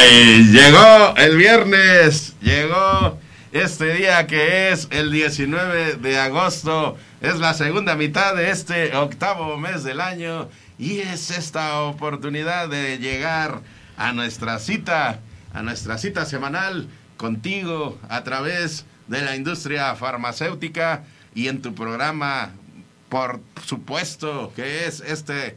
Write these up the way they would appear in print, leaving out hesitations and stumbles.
Ay, llegó el viernes, llegó este día que es el 19 de agosto, es la segunda mitad de este octavo mes del año y es esta oportunidad de llegar a nuestra cita semanal contigo a través de la industria farmacéutica y en tu programa, por supuesto, que es este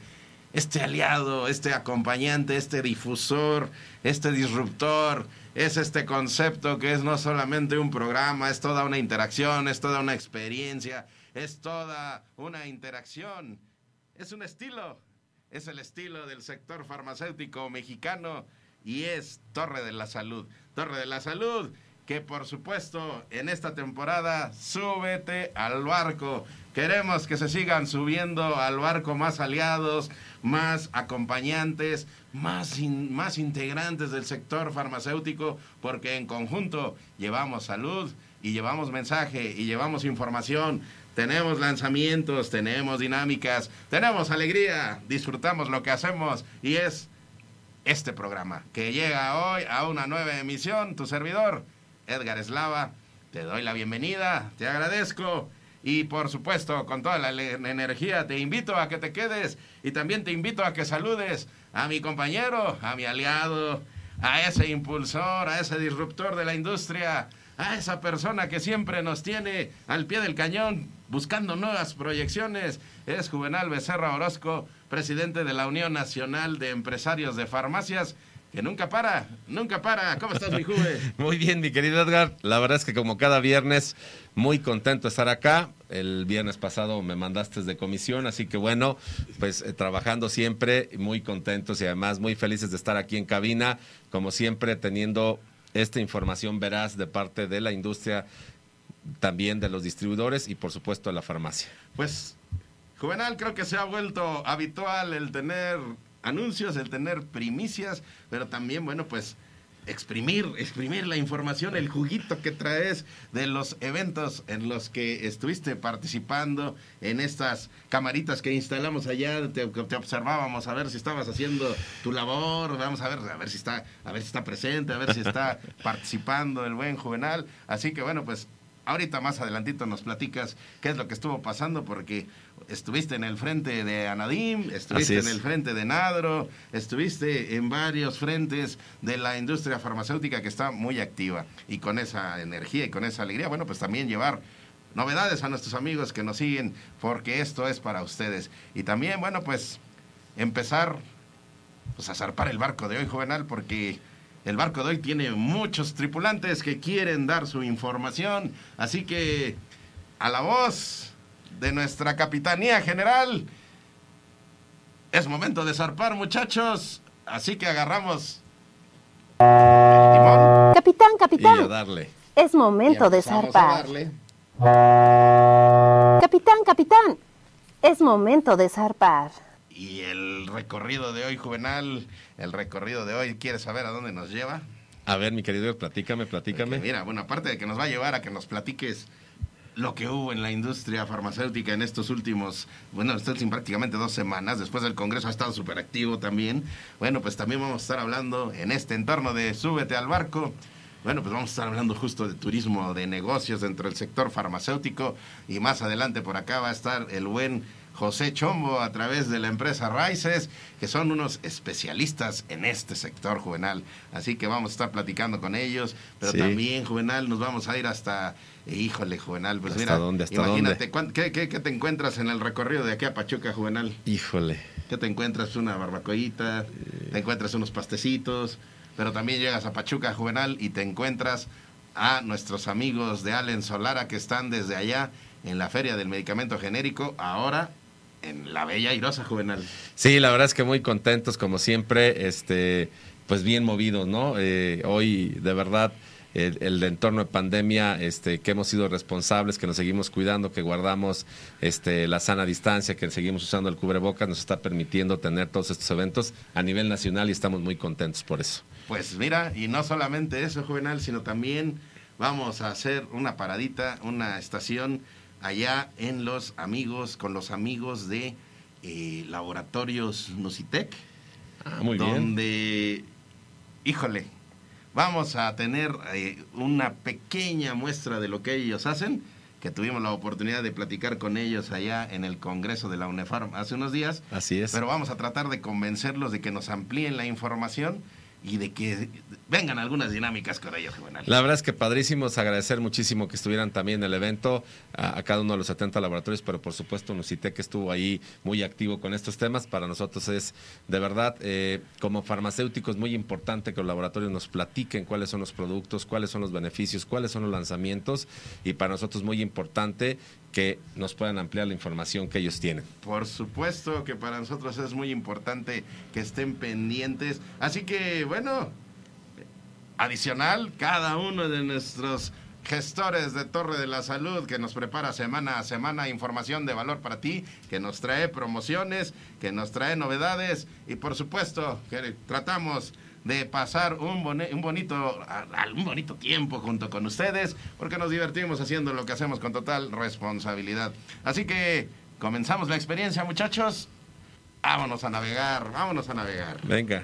aliado, este acompañante, este difusor, este disruptor, es este concepto que es no solamente un programa, es toda una interacción, es toda una experiencia, es toda una interacción, es un estilo, es el estilo del sector farmacéutico mexicano y es Torre de la Salud. Torre de la Salud, que por supuesto en esta temporada súbete al barco. Queremos que se sigan subiendo al barco más aliados, más acompañantes, más integrantes del sector farmacéutico, porque en conjunto llevamos salud y llevamos mensaje y llevamos información. Tenemos lanzamientos, tenemos dinámicas, tenemos alegría, disfrutamos lo que hacemos y es este programa que llega hoy a una nueva emisión. Tu servidor, Edgar Eslava, te doy la bienvenida, te agradezco y por supuesto con toda la energía te invito a que te quedes y también te invito a que saludes a mi compañero, a mi aliado, a ese impulsor, a ese disruptor de la industria, a esa persona que siempre nos tiene al pie del cañón buscando nuevas proyecciones. Es Juvenal Becerra Orozco, presidente de la Unión Nacional de Empresarios de Farmacias, que nunca para. ¿Cómo estás, mi Juve? Muy bien, mi querido Edgar. La verdad es que como cada viernes, muy contento de estar acá. El viernes pasado me mandaste de comisión, así que bueno, pues trabajando siempre, muy contentos y además muy felices de estar aquí en cabina, como siempre teniendo esta información veraz de parte de la industria, también de los distribuidores y por supuesto de la farmacia. Pues, Juvenal, creo que se ha vuelto habitual el tener anuncios, el tener primicias, pero también, bueno, pues exprimir la información, el juguito que traes de los eventos en los que estuviste participando, en estas camaritas que instalamos allá, te observábamos a ver si estabas haciendo tu labor, vamos a ver si está presente, a ver si está participando el buen Juvenal. Así que bueno, pues ahorita más adelantito nos platicas qué es lo que estuvo pasando, porque estuviste en el frente de Anadim, estuviste en el frente de Nadro, estuviste en varios frentes de la industria farmacéutica que está muy activa. Y con esa energía y con esa alegría, bueno, pues también llevar novedades a nuestros amigos que nos siguen, porque esto es para ustedes. Y también, bueno, pues empezar pues a zarpar el barco de hoy, Juvenal, porque el barco de hoy tiene muchos tripulantes que quieren dar su información, así que a la voz de nuestra Capitanía General, es momento de zarpar, muchachos, así que agarramos el timón. Capitán, y a darle. es momento de zarpar. Capitán, es momento de zarpar. Y el recorrido de hoy, Juvenal, ¿quieres saber a dónde nos lleva? A ver, mi querido, platícame. Porque mira, bueno, aparte de que nos va a llevar a que nos platiques lo que hubo en la industria farmacéutica en estas últimas prácticamente 2 semanas, después del Congreso ha estado súper activo también. Bueno, pues también vamos a estar hablando en este entorno de Súbete al Barco. Bueno, pues vamos a estar hablando justo de turismo, de negocios dentro del sector farmacéutico y más adelante por acá va a estar el buen José Chombo a través de la empresa Raices, que son unos especialistas en este sector, Juvenal. Así que vamos a estar platicando con ellos, pero sí, también, Juvenal, nos vamos a ir hasta, híjole, Juvenal, pues ¿hasta mira, dónde, imagínate, ¿qué te encuentras en el recorrido de aquí a Pachuca, Juvenal? Híjole. ¿Qué te encuentras? Una barbacoita, te encuentras unos pastecitos, pero también llegas a Pachuca, Juvenal, y te encuentras a nuestros amigos de Allen Solara que están desde allá en la Feria del Medicamento Genérico, ahora en la bella airosa, Juvenal. Sí, la verdad es que muy contentos, como siempre, pues bien movidos, ¿no? Hoy, de verdad, el entorno de pandemia, que hemos sido responsables, que nos seguimos cuidando, que guardamos la sana distancia, que seguimos usando el cubrebocas, nos está permitiendo tener todos estos eventos a nivel nacional y estamos muy contentos por eso. Pues mira, y no solamente eso, Juvenal, sino también vamos a hacer una paradita, una estación allá con los amigos de Laboratorios Nocitec, muy bien, donde híjole, vamos a tener una pequeña muestra de lo que ellos hacen, que tuvimos la oportunidad de platicar con ellos allá en el Congreso de la UNEFARM hace unos días. Así es. Pero vamos a tratar de convencerlos de que nos amplíen la información y de que vengan algunas dinámicas con ellos, Juvenal. La verdad es que padrísimos, agradecer muchísimo que estuvieran también en el evento, a cada uno de los 70 laboratorios, pero por supuesto Nusitec que estuvo ahí muy activo con estos temas. Para nosotros es de verdad, como farmacéuticos, muy importante que los laboratorios nos platiquen cuáles son los productos, cuáles son los beneficios, cuáles son los lanzamientos, y para nosotros muy importante que nos puedan ampliar la información que ellos tienen. Por supuesto que para nosotros es muy importante que estén pendientes. Así que, bueno, adicional, cada uno de nuestros gestores de Torre de la Salud que nos prepara semana a semana información de valor para ti, que nos trae promociones, que nos trae novedades y por supuesto que tratamos de pasar un bonito tiempo junto con ustedes, porque nos divertimos haciendo lo que hacemos con total responsabilidad. Así que comenzamos la experiencia, muchachos. Vámonos a navegar, vámonos a navegar. Venga.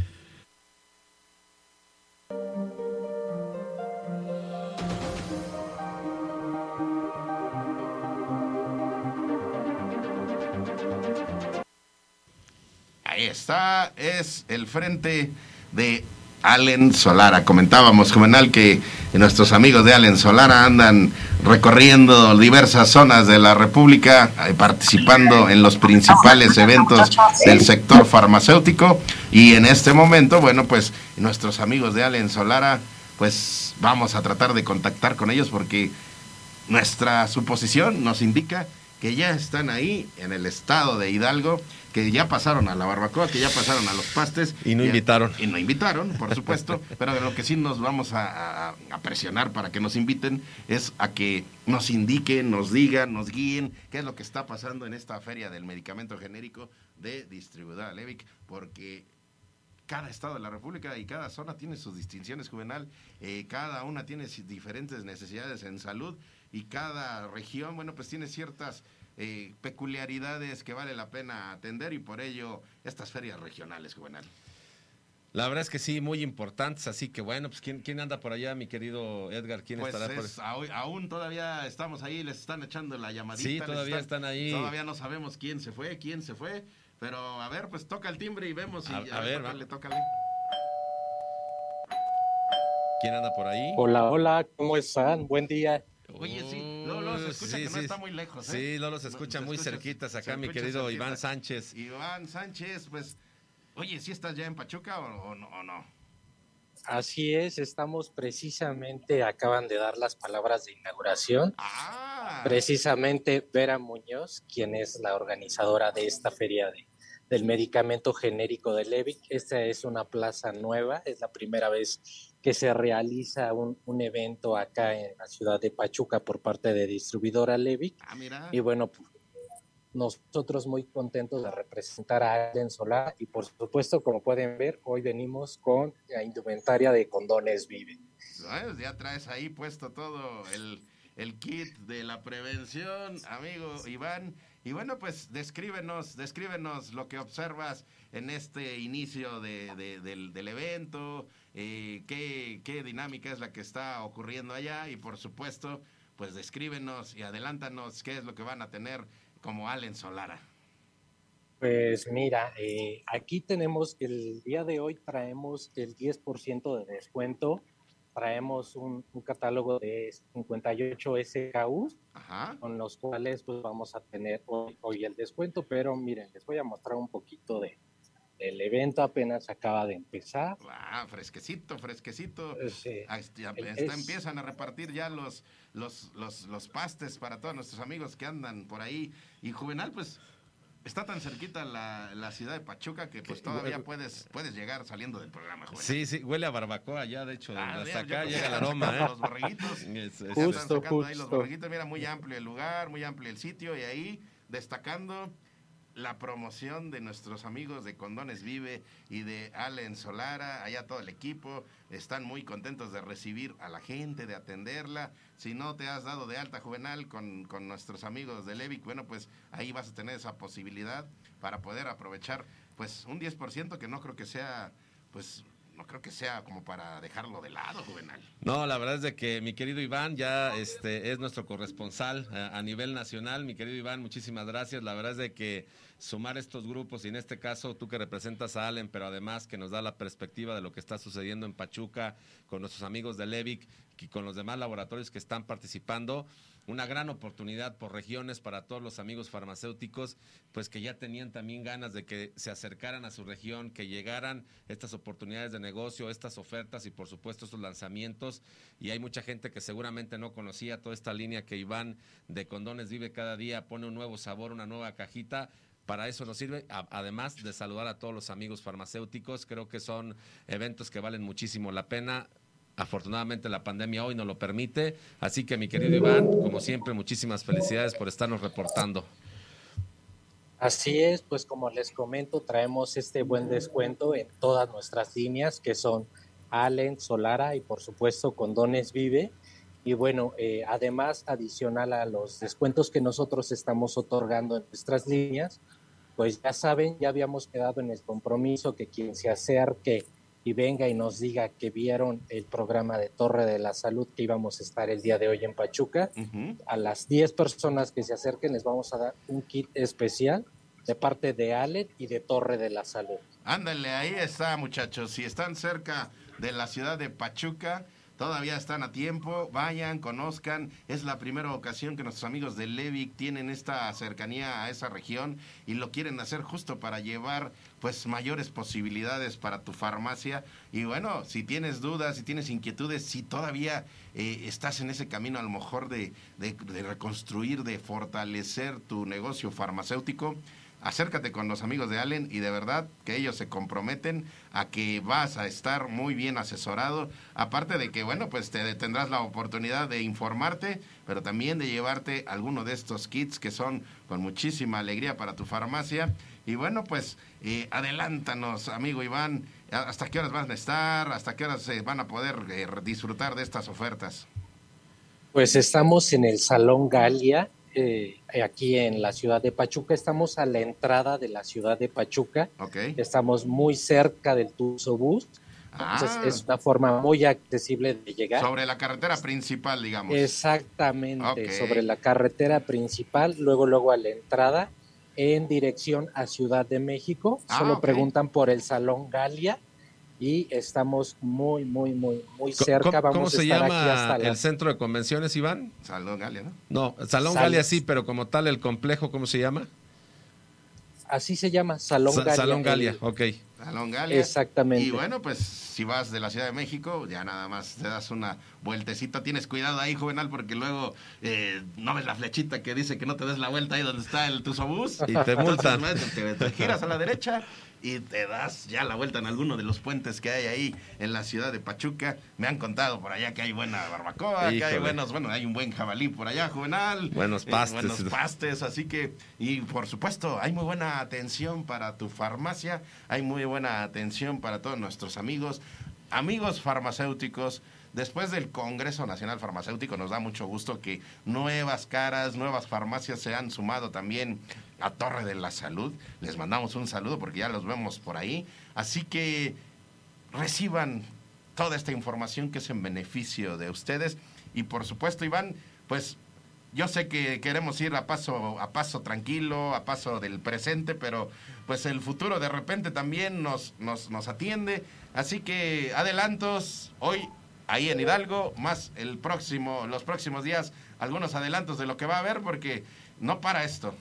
Ahí está, es el frente de Allen Solara. Comentábamos, Juvenal, que nuestros amigos de Allen Solara andan recorriendo diversas zonas de la República, participando en los principales eventos del sector farmacéutico, y en este momento, bueno, pues nuestros amigos de Allen Solara, pues vamos a tratar de contactar con ellos porque nuestra suposición nos indica que ya están ahí en el estado de Hidalgo, que ya pasaron a la barbacoa, que ya pasaron a los pastes. Y no invitaron. Y no invitaron, por supuesto, pero de lo que sí nos vamos a presionar para que nos inviten es a que nos indiquen, nos digan, nos guíen qué es lo que está pasando en esta feria del medicamento genérico de distribuidora Levic, porque cada estado de la República y cada zona tiene sus distinciones, Juvenal, cada una tiene diferentes necesidades en salud y cada región, bueno, pues tiene ciertas peculiaridades que vale la pena atender y por ello estas ferias regionales, Juvenal. La verdad es que sí, muy importantes, así que bueno, pues ¿quién anda por allá, mi querido Edgar? ¿Quién pues estará por aún todavía estamos ahí, les están echando la llamadita. Sí, todavía están ahí. Todavía no sabemos quién se fue, pero a ver, pues toca el timbre y vemos. Y a ver, tócale. ¿Quién anda por ahí? Hola, ¿cómo están? Buen día. Oye, sí, Lolo se escucha que no está muy lejos, Sí, Lolo se escucha muy cerquitas acá, mi querido Iván Sánchez. Iván Sánchez, pues, oye, ¿sí estás ya en Pachuca o no? Así es, estamos precisamente, acaban de dar las palabras de inauguración. Precisamente Vera Muñoz, quien es la organizadora de esta feria del medicamento genérico de Levic. Esta es una plaza nueva, es la primera vez que se realiza un evento acá en la ciudad de Pachuca por parte de distribuidora Levic. Mira. Y bueno, nosotros muy contentos de representar a Allen Solara y por supuesto, como pueden ver, hoy venimos con la indumentaria de Condones Vive. Ya traes ahí puesto todo el kit de la prevención, amigo Iván. Y bueno, pues descríbenos lo que observas en este inicio del evento, qué dinámica es la que está ocurriendo allá y por supuesto, pues descríbenos y adelántanos qué es lo que van a tener como Allen Solara. Pues mira, aquí tenemos, el día de hoy traemos el 10% de descuento, traemos un catálogo de 58 SKUs, con los cuales pues vamos a tener hoy el descuento, pero miren, les voy a mostrar un poquito del evento, apenas acaba de empezar. Fresquecito. Sí. Empiezan a repartir ya los pastes para todos nuestros amigos que andan por ahí. Y Juvenal, pues, está tan cerquita la ciudad de Pachuca que pues todavía puedes llegar saliendo del programa, Juvenal. Sí, huele a barbacoa ya, de hecho, hasta acá llega el aroma. Los borreguitos. Justo. Ahí los borreguitos, mira, muy amplio el lugar, muy amplio el sitio, y ahí destacando la promoción de nuestros amigos de Condones Vive y de Allen Solara. Allá todo el equipo están muy contentos de recibir a la gente, de atenderla. Si no te has dado de alta, Juvenal, con nuestros amigos de Levic, bueno, pues ahí vas a tener esa posibilidad para poder aprovechar pues un 10% que no creo que sea pues no creo que sea como para dejarlo de lado, Juvenal. No, la verdad es de que mi querido Iván ya es nuestro corresponsal a nivel nacional. Mi querido Iván, muchísimas gracias. La verdad es de que sumar estos grupos, y en este caso tú que representas a Allen, pero además que nos da la perspectiva de lo que está sucediendo en Pachuca, con nuestros amigos de Levic y con los demás laboratorios que están participando, una gran oportunidad por regiones para todos los amigos farmacéuticos, pues que ya tenían también ganas de que se acercaran a su región, que llegaran estas oportunidades de negocio, estas ofertas y por supuesto estos lanzamientos. Y hay mucha gente que seguramente no conocía toda esta línea que Iván de Condones Vive Cada Día pone un nuevo sabor, una nueva cajita. Para eso nos sirve, además de saludar a todos los amigos farmacéuticos. Creo que son eventos que valen muchísimo la pena. Afortunadamente la pandemia hoy no lo permite, así que mi querido Iván, como siempre, muchísimas felicidades por estarnos reportando. Así es, pues como les comento, traemos este buen descuento en todas nuestras líneas, que son Allen, Solara y por supuesto Condones Vive. Y bueno, además, adicional a los descuentos que nosotros estamos otorgando en nuestras líneas, pues ya saben, ya habíamos quedado en el compromiso que quien se acerque y venga y nos diga que vieron el programa de Torre de la Salud que íbamos a estar el día de hoy en Pachuca, a las 10 personas que se acerquen les vamos a dar un kit especial de parte de Allen y de Torre de la Salud. Ándale, ahí está, muchachos. Si están cerca de la ciudad de Pachuca, todavía están a tiempo, vayan, conozcan. Es la primera ocasión que nuestros amigos de Levic tienen esta cercanía a esa región y lo quieren hacer justo para llevar pues mayores posibilidades para tu farmacia. Y bueno, si tienes dudas, si tienes inquietudes, si todavía estás en ese camino a lo mejor de reconstruir, de fortalecer tu negocio farmacéutico, acércate con los amigos de Allen y de verdad que ellos se comprometen a que vas a estar muy bien asesorado, aparte de que, bueno, pues tendrás la oportunidad de informarte, pero también de llevarte alguno de estos kits que son con muchísima alegría para tu farmacia. Y bueno, pues adelántanos, amigo Iván, ¿hasta qué horas van a estar? ¿Hasta qué horas se van a poder disfrutar de estas ofertas? Pues estamos en el Salón Galia, aquí en la ciudad de Pachuca. Estamos a la entrada de la ciudad de Pachuca. Okay. Estamos muy cerca del Tuzobús. Entonces es una forma muy accesible de llegar. Sobre la carretera principal, digamos. Exactamente, okay. Sobre la carretera principal, luego a la entrada, en dirección a Ciudad de México. Solo preguntan por el Salón Galia y estamos muy cerca. ¿Cómo se llama el centro de convenciones, Iván? Salón Galia, ¿no? No, Salón Galia sí, pero como tal el complejo, ¿cómo se llama? Así se llama, Salón Galia. Salón Galia, ok. Salón Galia. Exactamente. Y bueno, pues si vas de la Ciudad de México, ya nada más te das una vueltecita. Tienes cuidado ahí, Juvenal, porque luego no ves la flechita que dice que no te des la vuelta ahí donde está el Tuzobús. Y te multan. Entonces, te giras a la derecha y te das ya la vuelta en alguno de los puentes que hay ahí en la ciudad de Pachuca. Me han contado por allá que hay buena barbacoa, que hay hay un buen jabalí por allá, Juvenal. Buenos pastes. Buenos pastes, así que, y por supuesto, hay muy buena atención para tu farmacia, hay muy buena atención para todos nuestros amigos farmacéuticos. Después del Congreso Nacional Farmacéutico nos da mucho gusto que nuevas caras, nuevas farmacias se han sumado también a Torre de la Salud. Les mandamos un saludo porque ya los vemos por ahí. Así que reciban toda esta información que es en beneficio de ustedes. Y por supuesto, Iván, pues yo sé que queremos ir a paso tranquilo, a paso del presente, pero pues el futuro de repente también nos atiende. Así que adelantos hoy ahí en Hidalgo, más los próximos días, algunos adelantos de lo que va a haber, porque no para esto.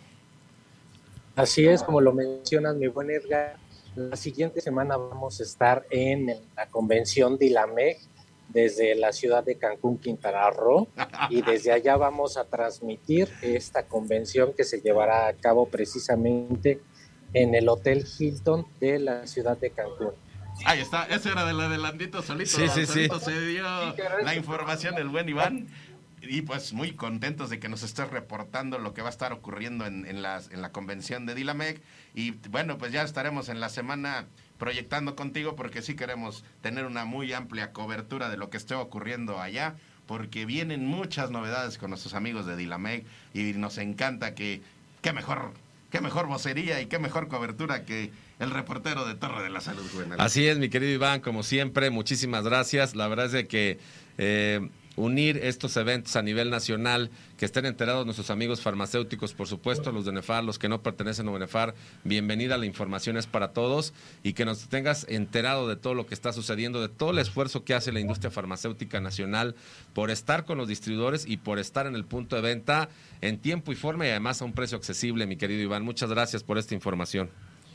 Así es, como lo mencionas, mi buen Edgar. La siguiente semana vamos a estar en la convención de Dilameg desde la ciudad de Cancún, Quintana Roo, y desde allá vamos a transmitir esta convención que se llevará a cabo precisamente en el Hotel Hilton de la ciudad de Cancún. Ahí está, eso era del adelantito solito. Sí. Se dio la información del buen Iván. Y pues muy contentos de que nos estés reportando lo que va a estar ocurriendo en la convención de Dilameg. Y bueno, pues ya estaremos en la semana proyectando contigo, porque sí queremos tener una muy amplia cobertura de lo que esté ocurriendo allá, porque vienen muchas novedades con nuestros amigos de Dilameg y nos encanta que qué mejor vocería y qué mejor cobertura que el reportero de Torre de la Salud, Juvenal. Así es, mi querido Iván, como siempre, muchísimas gracias. La verdad es de que unir estos eventos a nivel nacional, que estén enterados nuestros amigos farmacéuticos, por supuesto, los de Nefar, los que no pertenecen a Nefar, bienvenida, la información es para todos, y que nos tengas enterado de todo lo que está sucediendo, de todo el esfuerzo que hace la industria farmacéutica nacional por estar con los distribuidores y por estar en el punto de venta en tiempo y forma y además a un precio accesible, mi querido Iván. Muchas gracias por esta información.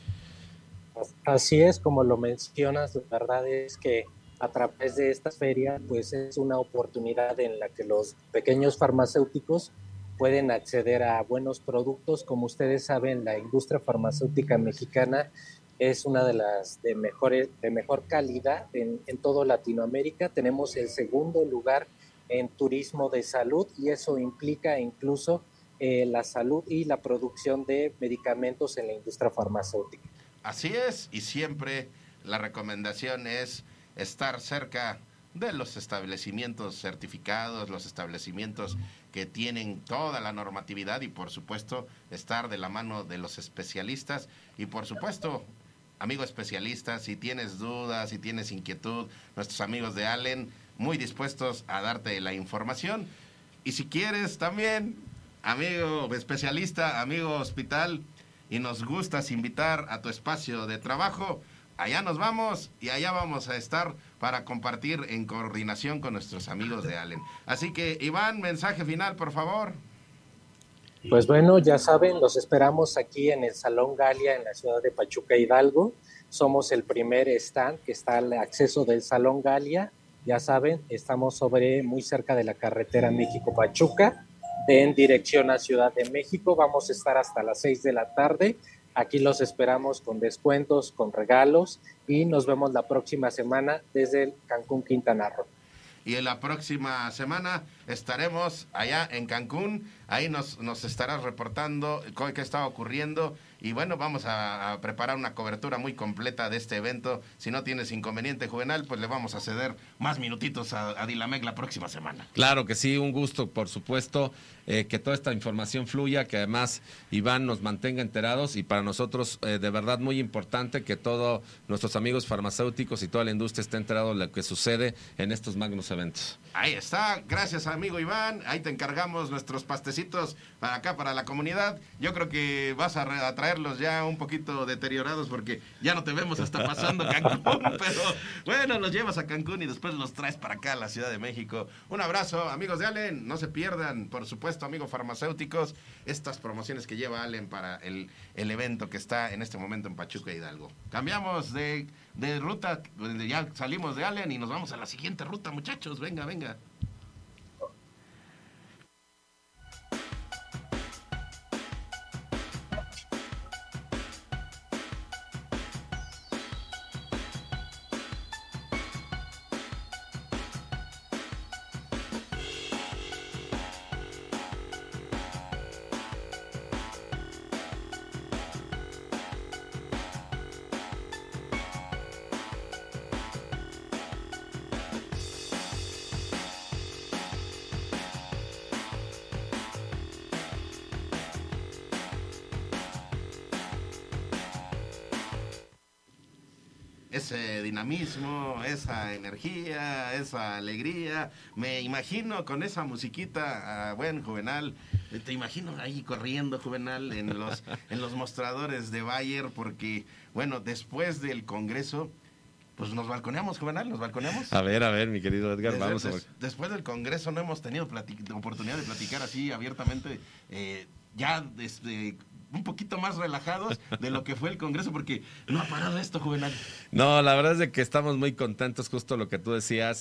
Así es, como lo mencionas, la verdad es que a través de esta feria, pues es una oportunidad en la que los pequeños farmacéuticos pueden acceder a buenos productos. Como ustedes saben, la industria farmacéutica mexicana es una de las de mejor calidad en toda Latinoamérica. Tenemos el segundo lugar en turismo de salud y eso implica incluso la salud y la producción de medicamentos en la industria farmacéutica. Así es, y siempre la recomendación es estar cerca de los establecimientos certificados, los establecimientos que tienen toda la normatividad y por supuesto estar de la mano de los especialistas y por supuesto, amigo especialista, si tienes dudas, si tienes inquietud, nuestros amigos de Allen muy dispuestos a darte la información y si quieres también, amigo especialista, amigo hospital y nos gustas invitar a tu espacio de trabajo, allá nos vamos y allá vamos a estar para compartir en coordinación con nuestros amigos de Allen. Así que, Iván, mensaje final, por favor. Pues bueno, ya saben, los esperamos aquí en el Salón Galia en la ciudad de Pachuca, Hidalgo. Somos el primer stand que está al acceso del Salón Galia. Ya saben, estamos muy cerca de la carretera México-Pachuca, en dirección a Ciudad de México. Vamos a estar hasta las 6 de la tarde. Aquí los esperamos con descuentos, con regalos y nos vemos la próxima semana desde el Cancún, Quintana Roo. Y en la próxima semana estaremos allá en Cancún, ahí nos estarás reportando qué está ocurriendo y bueno, vamos a preparar una cobertura muy completa de este evento. Si no tienes inconveniente, Juvenal, pues le vamos a ceder más minutitos a Dilamec la próxima semana. Claro que sí, un gusto, por supuesto, que toda esta información fluya, que además Iván nos mantenga enterados y para nosotros de verdad muy importante que todos nuestros amigos farmacéuticos y toda la industria esté enterado de lo que sucede en estos magnos eventos. Ahí está, gracias amigo Iván, ahí te encargamos nuestros pastecitos para acá, para la comunidad. Yo creo que vas a traerlos ya un poquito deteriorados porque ya no te vemos hasta pasando Cancún, pero bueno, los llevas a Cancún y después los traes para acá a la Ciudad de México. Un abrazo, amigos de Allen, no se pierdan, por supuesto, amigos farmacéuticos, estas promociones que lleva Allen para el evento que está en este momento en Pachuca, Hidalgo. Cambiamos de ruta, ya salimos de Allen y nos vamos a la siguiente ruta, muchachos, venga. Ese dinamismo, esa energía, esa alegría, me imagino con esa musiquita, buen Juvenal, te imagino ahí corriendo, Juvenal, en los mostradores de Bayer, porque, bueno, después del Congreso, pues nos balconeamos, Juvenal, nos balconeamos. A ver, mi querido Edgar, vamos a ver. Después del Congreso no hemos tenido oportunidad de platicar así abiertamente, ya desde un poquito más relajados de lo que fue el Congreso, porque no ha parado esto, Juvenal. No, la verdad es de que estamos muy contentos, justo lo que tú decías.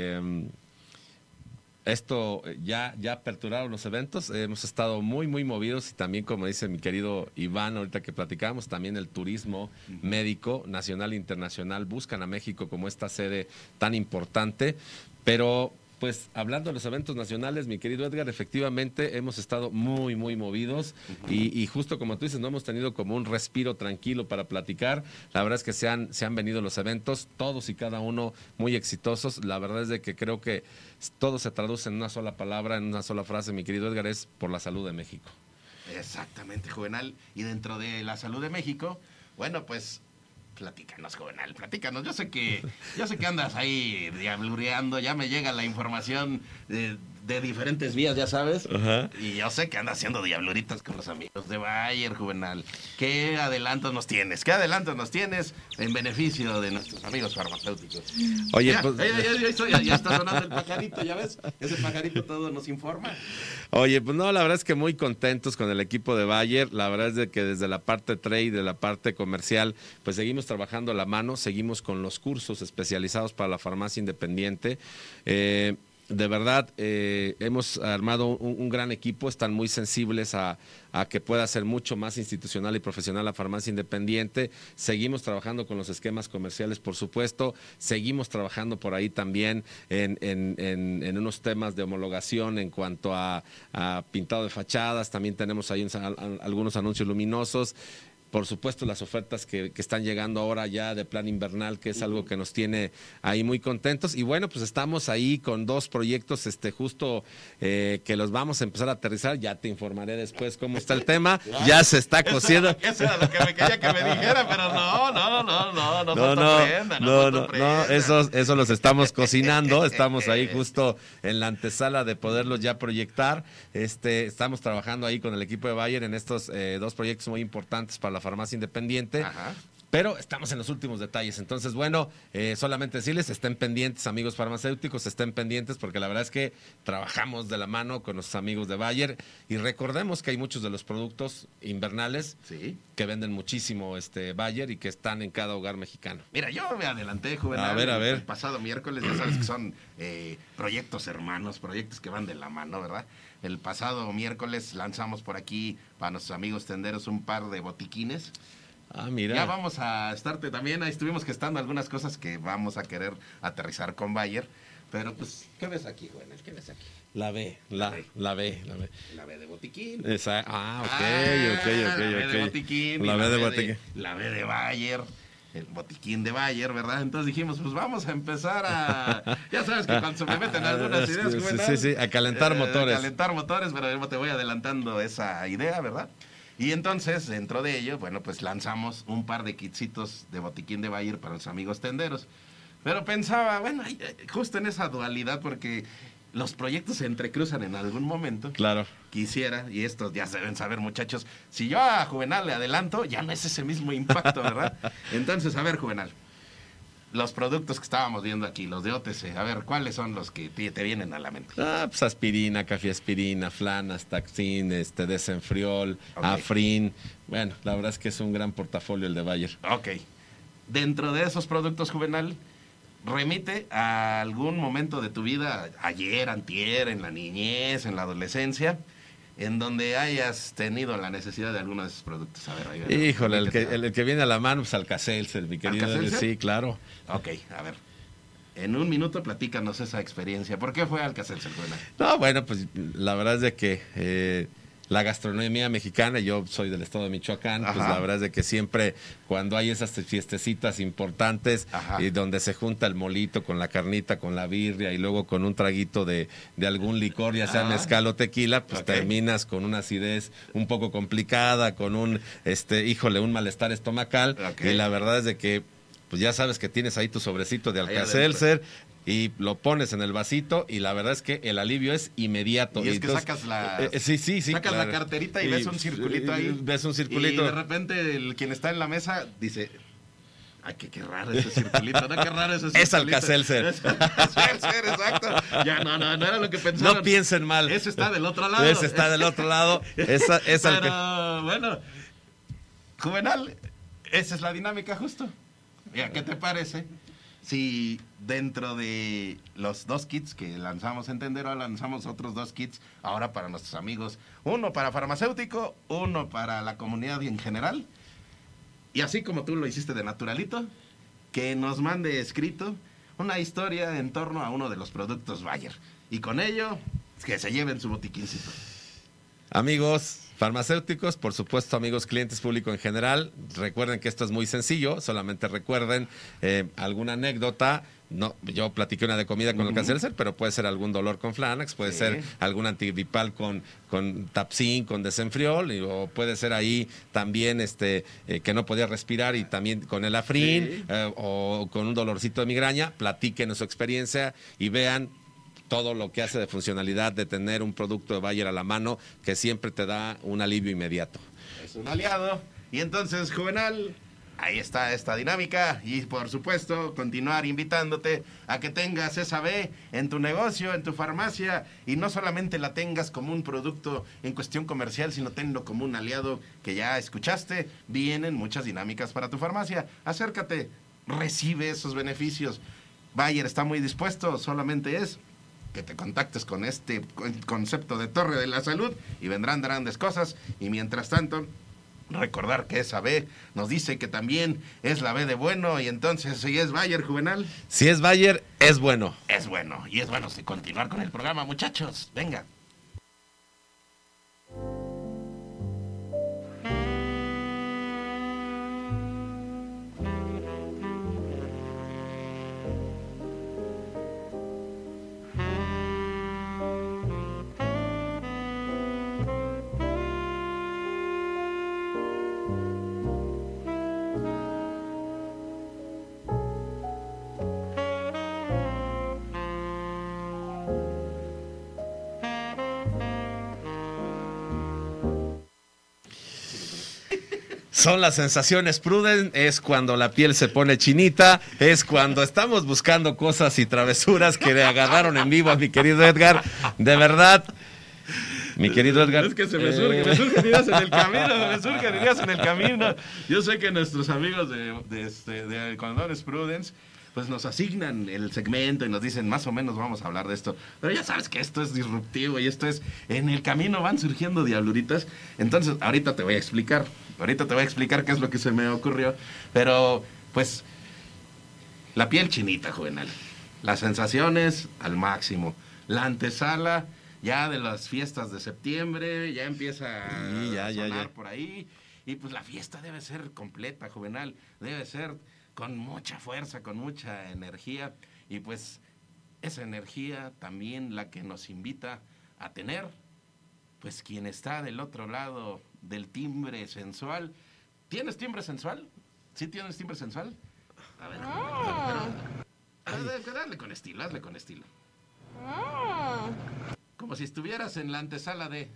Esto ya aperturaron los eventos, hemos estado muy movidos y también, como dice mi querido Iván, ahorita que platicamos, también el turismo médico nacional e internacional buscan a México como esta sede tan importante, pero pues hablando de los eventos nacionales, mi querido Edgar, efectivamente hemos estado muy movidos y justo como tú dices, no hemos tenido como un respiro tranquilo para platicar. La verdad es que se han venido los eventos, todos y cada uno muy exitosos. La verdad es de que creo que todo se traduce en una sola palabra, en una sola frase, mi querido Edgar, es por la salud de México. Exactamente, Juvenal. Y dentro de la salud de México, bueno, pues Platícanos, Juvenal, platícanos. Yo sé que andas ahí diablureando, ya me llega la información de diferentes vías, ya sabes. Ajá. Y yo sé que andas haciendo diabluritas con los amigos de Bayer, Juvenal. ¿Qué adelantos nos tienes? ¿Qué adelantos nos tienes en beneficio de nuestros amigos farmacéuticos? Oye, ya, pues... ya está sonando el pajarito, ¿ya ves? Ese pajarito todo nos informa. Oye, pues no, la verdad es que muy contentos con el equipo de Bayer. La verdad es de que desde la parte trade, de la parte comercial, pues seguimos trabajando a la mano, seguimos con los cursos especializados para la farmacia independiente. De verdad, hemos armado un gran equipo, están muy sensibles a que pueda ser mucho más institucional y profesional la farmacia independiente. Seguimos trabajando con los esquemas comerciales, por supuesto. Seguimos trabajando por ahí también en unos temas de homologación en cuanto a pintado de fachadas. También tenemos ahí algunos anuncios luminosos. Por supuesto, las ofertas que están llegando ahora ya de plan invernal, que es algo que nos tiene ahí muy contentos. Y bueno, pues estamos ahí con 2 proyectos justo que los vamos a empezar a aterrizar. Ya te informaré después cómo está el tema. Ya se está cociendo. Eso era lo que me quería que me dijera, pero no, eso los estamos cocinando. Estamos ahí justo en la antesala de poderlos ya proyectar. Estamos trabajando ahí con el equipo de Bayer en estos 2 proyectos muy importantes para la farmacia independiente. Ajá. Pero estamos en los últimos detalles. Entonces, bueno, solamente decirles, estén pendientes, amigos farmacéuticos, estén pendientes, porque la verdad es que trabajamos de la mano con nuestros amigos de Bayer. Y recordemos que hay muchos de los productos invernales que venden muchísimo Bayer y que están en cada hogar mexicano. Mira, yo me adelanté, Juvenal. A ver. El pasado miércoles, ya sabes que son proyectos hermanos, proyectos que van de la mano, ¿verdad? El pasado miércoles lanzamos por aquí para nuestros amigos tenderos un par de botiquines. Ah, mira. Ya vamos a estarte también, ahí estuvimos gestando algunas cosas que vamos a querer aterrizar con Bayer. Pero pues, ¿qué ves aquí, Juvenal? ¿Qué ves aquí? La B. La B de botiquín. Ok. La B de botiquín. La B de botiquín. La B de Bayer. El botiquín de Bayer, ¿verdad? Entonces dijimos, pues vamos a empezar a... Ya sabes que cuando se me meten algunas ideas, Juvenal, sí, a calentar motores. A calentar motores, pero yo te voy adelantando esa idea, ¿verdad? Y entonces, dentro de ello, bueno, pues lanzamos un par de kitsitos de botiquín de Bayer para los amigos tenderos. Pero pensaba, bueno, justo en esa dualidad, porque los proyectos se entrecruzan en algún momento. Claro. Quisiera, y estos ya se deben saber, muchachos, si yo a Juvenal le adelanto, ya no es ese mismo impacto, ¿verdad? Entonces, a ver, Juvenal, los productos que estábamos viendo aquí, los de OTC, a ver, ¿cuáles son los que te vienen a la mente? Pues aspirina, cafeaspirina, Flanas, Taxin, Desenfriol, Afrin. Bueno, la verdad es que es un gran portafolio el de Bayer. Ok. Dentro de esos productos, Juvenal, remite a algún momento de tu vida, ayer, antier, en la niñez, en la adolescencia, en donde hayas tenido la necesidad de alguno de esos productos. A ver, híjole, el que viene a la mano, pues Alka-Seltzer, mi querido. ¿Alka-Seltzer? Sí, claro. Ok, a ver. En un minuto platícanos esa experiencia. ¿Por qué fue Alka-Seltzer, Juvenal? No, bueno, pues la verdad es de que la gastronomía mexicana, yo soy del estado de Michoacán, pues la verdad es de que siempre cuando hay esas fiestecitas importantes y donde se junta el molito con la carnita, con la birria y luego con un traguito de algún licor, ya sea mezcal o tequila, pues terminas con una acidez un poco complicada, con un un malestar estomacal, y la verdad es de que pues ya sabes que tienes ahí tu sobrecito de Alka-Seltzer y lo pones en el vasito y la verdad es que el alivio es inmediato. Y es que sacas la sacas la carterita y ves un circulito ahí. Ves un circulito. Y de repente quien está en la mesa dice, ay, qué raro ese circulito, no, qué raro ese circulito. Es Alka-Seltzer. Es Alka-Seltzer, exacto. Ya, no era lo que pensaron. No piensen mal. Ese está del otro lado. Ese está del otro lado. Pero, bueno, Juvenal, esa es la dinámica justo. Mira, ¿qué te parece si dentro de los 2 kits que lanzamos en Tendero, lanzamos otros 2 kits ahora para nuestros amigos? Uno para farmacéutico, uno para la comunidad en general. Y así como tú lo hiciste de naturalito, que nos mande escrito una historia en torno a uno de los productos Bayer. Y con ello, que se lleven su botiquincito. Amigos farmacéuticos, por supuesto, amigos clientes, público en general, recuerden que esto es muy sencillo, solamente recuerden alguna anécdota no, yo platiqué una de comida con Alka-Seltzer, pero puede ser algún dolor con Flanax, puede ser algún antigripal con Tapsin, con Desenfriol, o puede ser ahí también que no podía respirar y también con el Afrin, o con un dolorcito de migraña. Platiquen su experiencia y vean todo lo que hace de funcionalidad de tener un producto de Bayer a la mano que siempre te da un alivio inmediato. Es un aliado. Y entonces, Juvenal, ahí está esta dinámica y por supuesto continuar invitándote a que tengas esa B en tu negocio, en tu farmacia, y no solamente la tengas como un producto en cuestión comercial, sino tenlo como un aliado que ya escuchaste. Vienen muchas dinámicas para tu farmacia. Acércate, recibe esos beneficios. Bayer está muy dispuesto, solamente es que te contactes con este concepto de Torre de la Salud y vendrán grandes cosas. Y mientras tanto, recordar que esa B nos dice que también es la B de bueno, y entonces si es Bayer, Juvenal. Si es Bayer, es bueno. Es bueno, y es bueno continuar con el programa, muchachos. Venga. Son las sensaciones Prudent, es cuando la piel se pone chinita, es cuando estamos buscando cosas y travesuras que le agarraron en vivo a mi querido Edgar. De verdad, mi querido Edgar. Es que me surgen ideas en el camino, Yo sé que nuestros amigos de Condones Prudence pues nos asignan el segmento y nos dicen más o menos vamos a hablar de esto. Pero ya sabes que esto es disruptivo y esto es, en el camino van surgiendo diabluritas. Entonces, ahorita te voy a explicar qué es lo que se me ocurrió. Pero, pues, la piel chinita, Juvenal. Las sensaciones al máximo. La antesala ya de las fiestas de septiembre, ya empieza a sonar por ahí. Y pues la fiesta debe ser completa, Juvenal. Debe ser con mucha fuerza, con mucha energía, y pues esa energía también la que nos invita a tener, pues quien está del otro lado del timbre sensual. ¿Tienes timbre sensual? ¿Sí tienes timbre sensual? A ver, hazle con estilo, Como si estuvieras en la antesala de...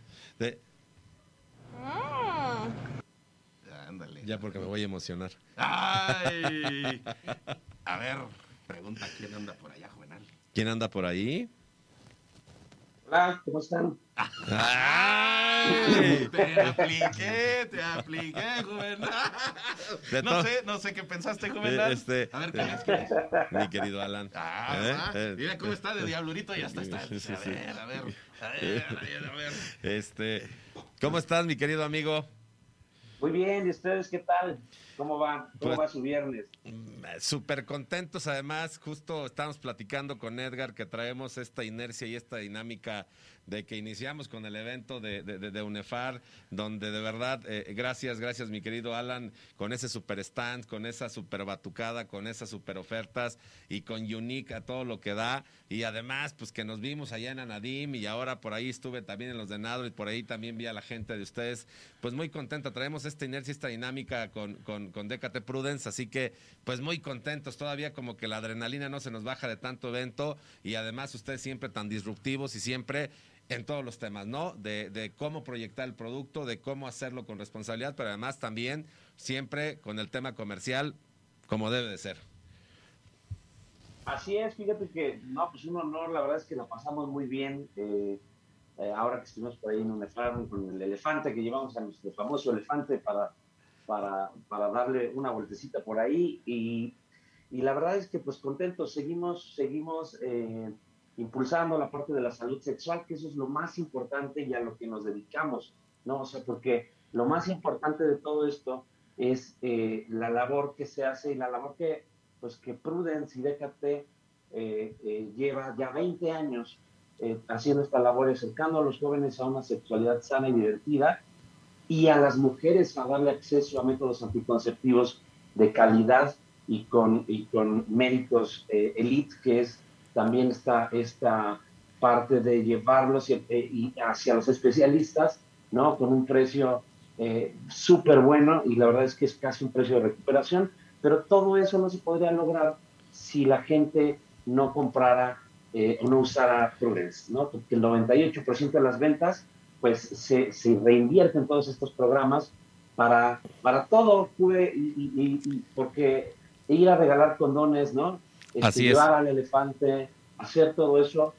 Ándale. Ya porque me voy a emocionar. ¡Ay! A ver, pregunta, ¿quién anda por allá, Juvenal? ¿Quién anda por ahí? Hola, ¿cómo están? ¡Ay! Te apliqué, Juvenal. No sé qué pensaste, Juvenal. A ver, ¿quién es? Mi querido Alan. Mira cómo está de diablurito, ya está. A ver. ¿Cómo estás, mi querido amigo? Muy bien, ¿y ustedes qué tal? ¿Cómo va? ¿Cómo va su viernes? Súper contentos, además, justo estamos platicando con Edgar que traemos esta inercia y esta dinámica de que iniciamos con el evento de UNEFAR, donde de verdad, gracias mi querido Alan, con ese super stand, con esa super batucada, con esas super ofertas y con Unique a todo lo que da, y además pues que nos vimos allá en Anadim y ahora por ahí estuve también en los de Nadro y por ahí también vi a la gente de ustedes, pues muy contenta, traemos esta inercia, esta dinámica con DKT Prudence, así que pues muy contentos, todavía como que la adrenalina no se nos baja de tanto evento y además ustedes siempre tan disruptivos y siempre en todos los temas, ¿no? De cómo proyectar el producto, de cómo hacerlo con responsabilidad, pero además también siempre con el tema comercial como debe de ser. Así es, fíjate que, pues un honor, la verdad es que la pasamos muy bien. Ahora que estuvimos por ahí en UNEFAR con el elefante, que llevamos a nuestro famoso elefante para darle una vueltecita por ahí, y la verdad es que pues contentos, seguimos impulsando la parte de la salud sexual, que eso es lo más importante y a lo que nos dedicamos, ¿no? O sea, porque lo más importante de todo esto es la labor que se hace y la labor que Prudence y DKT lleva ya 20 años haciendo esta labor, acercando a los jóvenes a una sexualidad sana y divertida, y a las mujeres a darle acceso a métodos anticonceptivos de calidad con médicos elite, que es también esta parte de llevarlos y hacia los especialistas, ¿no? Con un precio súper bueno, y la verdad es que es casi un precio de recuperación, pero todo eso no se podría lograr si la gente no comprara o no usara Prudence, ¿no? Porque el 98% de las ventas pues se reinvierten todos estos programas para todo, y porque ir a regalar condones, ¿no? Llevar al elefante, hacer todo eso,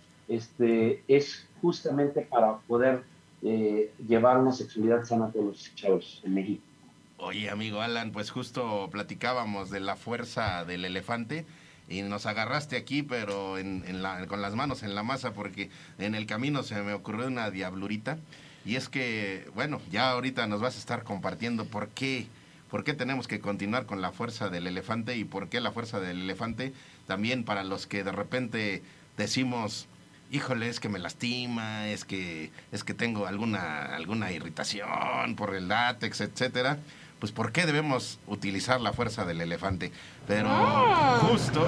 es justamente para poder llevar una sexualidad sana a todos los chavos en México. Oye, amigo Alan, pues justo platicábamos de la fuerza del elefante y nos agarraste aquí, pero con las manos en la masa, porque en el camino se me ocurrió una diablurita. Y es que, bueno, ya ahorita nos vas a estar compartiendo por qué tenemos que continuar con la fuerza del elefante y por qué la fuerza del elefante también para los que de repente decimos, híjole, es que me lastima, es que tengo alguna irritación por el látex, etcétera. Pues por qué debemos utilizar la fuerza del elefante. Pero justo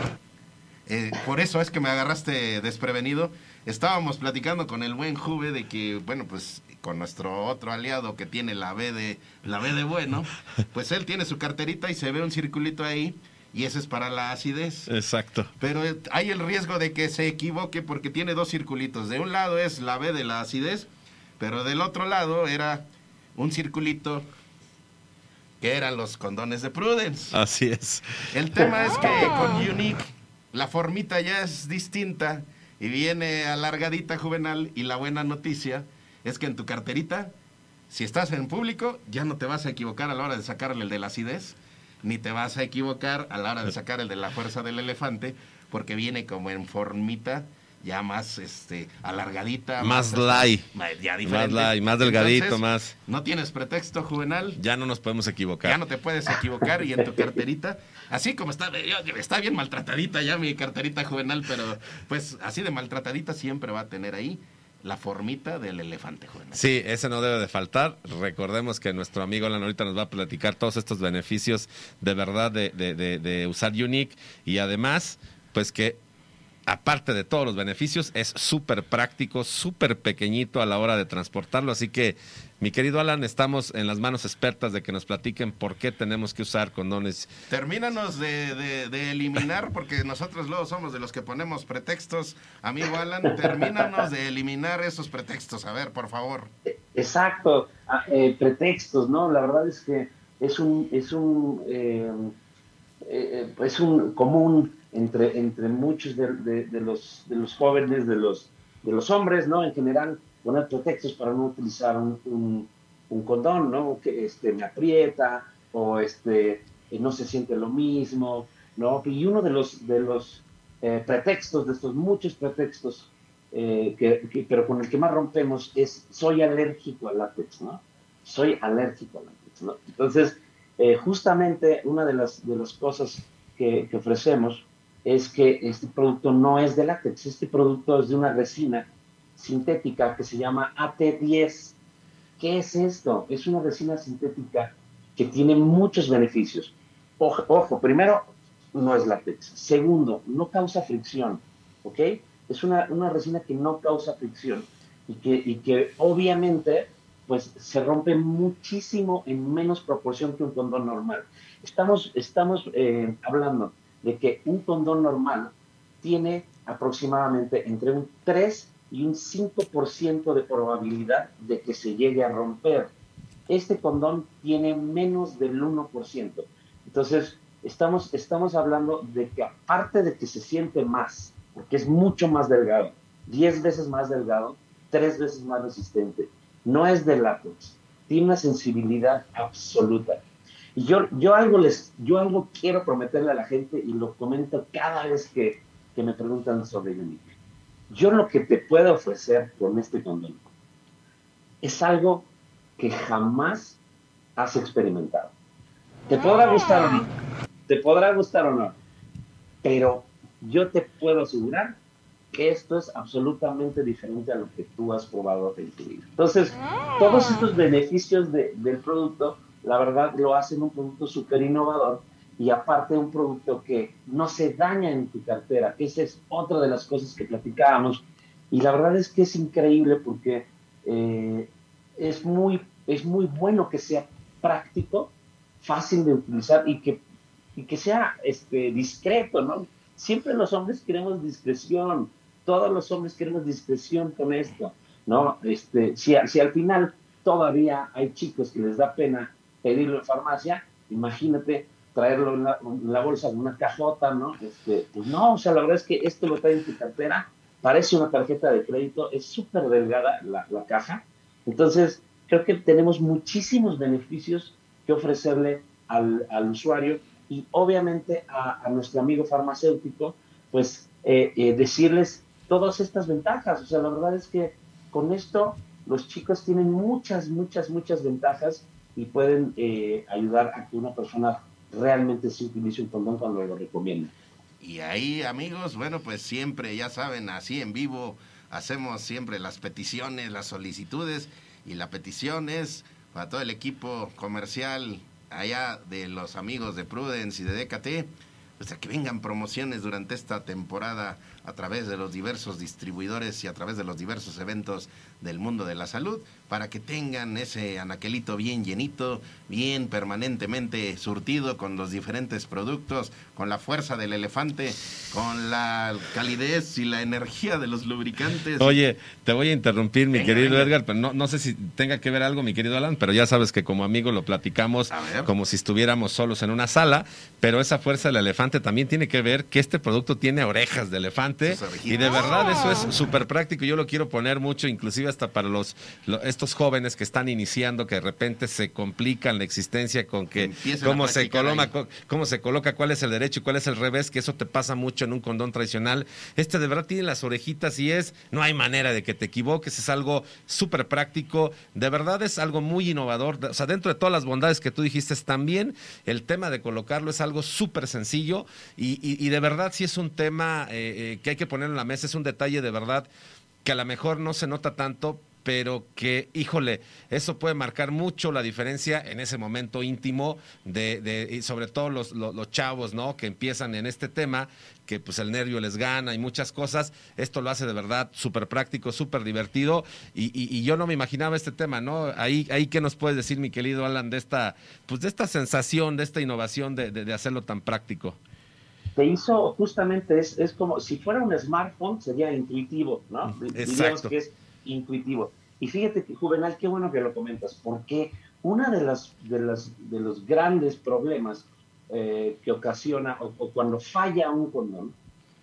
por eso es que me agarraste desprevenido. Estábamos platicando con el buen Juve de que, bueno, pues con nuestro otro aliado que tiene la B de bueno, pues él tiene su carterita y se ve un circulito ahí, y ese es para la acidez. Exacto. Pero hay el riesgo de que se equivoque porque tiene dos circulitos. De un lado es la B de la acidez, pero del otro lado era un circulito que eran los condones de Prudence. Así es. El tema es que con Unique la formita ya es distinta y viene alargadita, Juvenal, y la buena noticia es que en tu carterita, si estás en público, ya no te vas a equivocar a la hora de sacarle el de la acidez, ni te vas a equivocar a la hora de sacar el de la fuerza del elefante, porque viene como en formita ya más alargadita, más light, ya diferente, más light, más delgadito. Entonces, más. No tienes pretexto, Juvenal. Ya no nos podemos equivocar. Ya no te puedes equivocar, y en tu carterita, así como está bien maltratadita ya mi carterita, Juvenal, pero pues así de maltratadita siempre va a tener ahí la formita del elefante, Juvenal. Sí, ese no debe de faltar. Recordemos que nuestro amigo Alan ahorita nos va a platicar todos estos beneficios de verdad de usar Unique, y además, pues que aparte de todos los beneficios, es súper práctico, súper pequeñito a la hora de transportarlo. Así que, mi querido Alan, estamos en las manos expertas de que nos platiquen por qué tenemos que usar condones. Termínanos de eliminar, porque nosotros luego somos de los que ponemos pretextos. Amigo Alan, termínanos de eliminar esos pretextos. A ver, por favor. Exacto. Pretextos, ¿no? La verdad es que es un común entre muchos de los jóvenes, de los hombres, ¿no? En general, poner pretextos para no utilizar un condón, ¿no? Que me aprieta, o no se siente lo mismo, ¿no? Y uno de los pretextos, de estos muchos pretextos, pero con el que más rompemos, es: soy alérgico al látex, ¿no? Soy alérgico al látex, ¿no? Entonces, justamente una de las cosas que ofrecemos es que este producto no es de látex. Este producto es de una resina sintética que se llama AT10. ¿Qué es esto? Es una resina sintética que tiene muchos beneficios. Ojo, primero, no es látex. Segundo, no causa fricción, ¿ok? Es una resina que no causa fricción y que obviamente pues se rompe muchísimo en menos proporción que un condón normal. Estamos hablando de que un condón normal tiene aproximadamente entre un 3 y un 5% de probabilidad de que se llegue a romper. Este condón tiene menos del 1%. Entonces, estamos hablando de que, aparte de que se siente más, porque es mucho más delgado, 10 veces más delgado, 3 veces más resistente, no es de látex, tiene una sensibilidad absoluta. Y yo algo quiero prometerle a la gente, y lo comento cada vez que me preguntan sobre Unique. Yo lo que te puedo ofrecer con este condón es algo que jamás has experimentado. Te podrá gustar o no, pero yo te puedo asegurar que esto es absolutamente diferente a lo que tú has probado en tu vida. Entonces, todos estos beneficios del producto, la verdad, lo hacen un producto súper innovador, y aparte un producto que no se daña en tu cartera, que esa es otra de las cosas que platicábamos. Y la verdad es que es increíble porque es muy bueno que sea práctico, fácil de utilizar y que sea discreto, ¿no? Siempre los hombres queremos discreción, todos los hombres queremos discreción con esto, ¿no? Si al final todavía hay chicos que les da pena pedirlo en farmacia, imagínate traerlo en la bolsa, en una cajota, ¿no? Pues no, o sea, la verdad es que esto lo trae en tu cartera, parece una tarjeta de crédito, es súper delgada la caja, entonces creo que tenemos muchísimos beneficios que ofrecerle al usuario y obviamente a nuestro amigo farmacéutico, pues decirles todas estas ventajas. O sea, la verdad es que con esto los chicos tienen muchas ventajas y pueden ayudar a que una persona realmente se utilice un condón cuando lo recomienda. Y ahí, amigos, bueno, pues siempre, ya saben, así en vivo hacemos siempre las peticiones, las solicitudes, y la petición es para todo el equipo comercial allá de los amigos de Prudence y de DKT, pues a que vengan promociones durante esta temporada a través de los diversos distribuidores y a través de los diversos eventos del mundo de la salud, para que tengan ese anaquelito bien llenito, bien permanentemente surtido con los diferentes productos, con la fuerza del elefante, con la calidez y la energía de los lubricantes. Oye, te voy a interrumpir, mi querido Edgar, pero no sé si tenga que ver algo, mi querido Alan, pero ya sabes que como amigo lo platicamos como si estuviéramos solos en una sala, pero esa fuerza del elefante también tiene que ver que este producto tiene orejas de elefante, y de verdad eso es súper práctico. Yo lo quiero poner mucho, inclusive hasta para estos jóvenes que están iniciando, que de repente se complican la existencia con que cómo se coloca, cuál es el derecho y cuál es el revés, que eso te pasa mucho en un condón tradicional. De verdad tiene las orejitas y no hay manera de que te equivoques, es algo súper práctico, de verdad es algo muy innovador. O sea, dentro de todas las bondades que tú dijiste, también el tema de colocarlo es algo súper sencillo y de verdad sí es un tema que hay que poner en la mesa, es un detalle de verdad que a lo mejor no se nota tanto, pero que, híjole, eso puede marcar mucho la diferencia en ese momento íntimo y sobre todo los chavos, ¿no?, que empiezan en este tema, que pues el nervio les gana y muchas cosas. Esto lo hace de verdad súper práctico, súper divertido, y yo no me imaginaba este tema, ¿no? Ahí ¿qué nos puedes decir, mi querido Alan, de esta sensación, de esta innovación de hacerlo tan práctico? Te hizo justamente, es como si fuera un smartphone, sería intuitivo, ¿no? Diríamos que es intuitivo. Y fíjate que, Juvenal, qué bueno que lo comentas, porque una de los grandes problemas que ocasiona, o cuando falla un condón,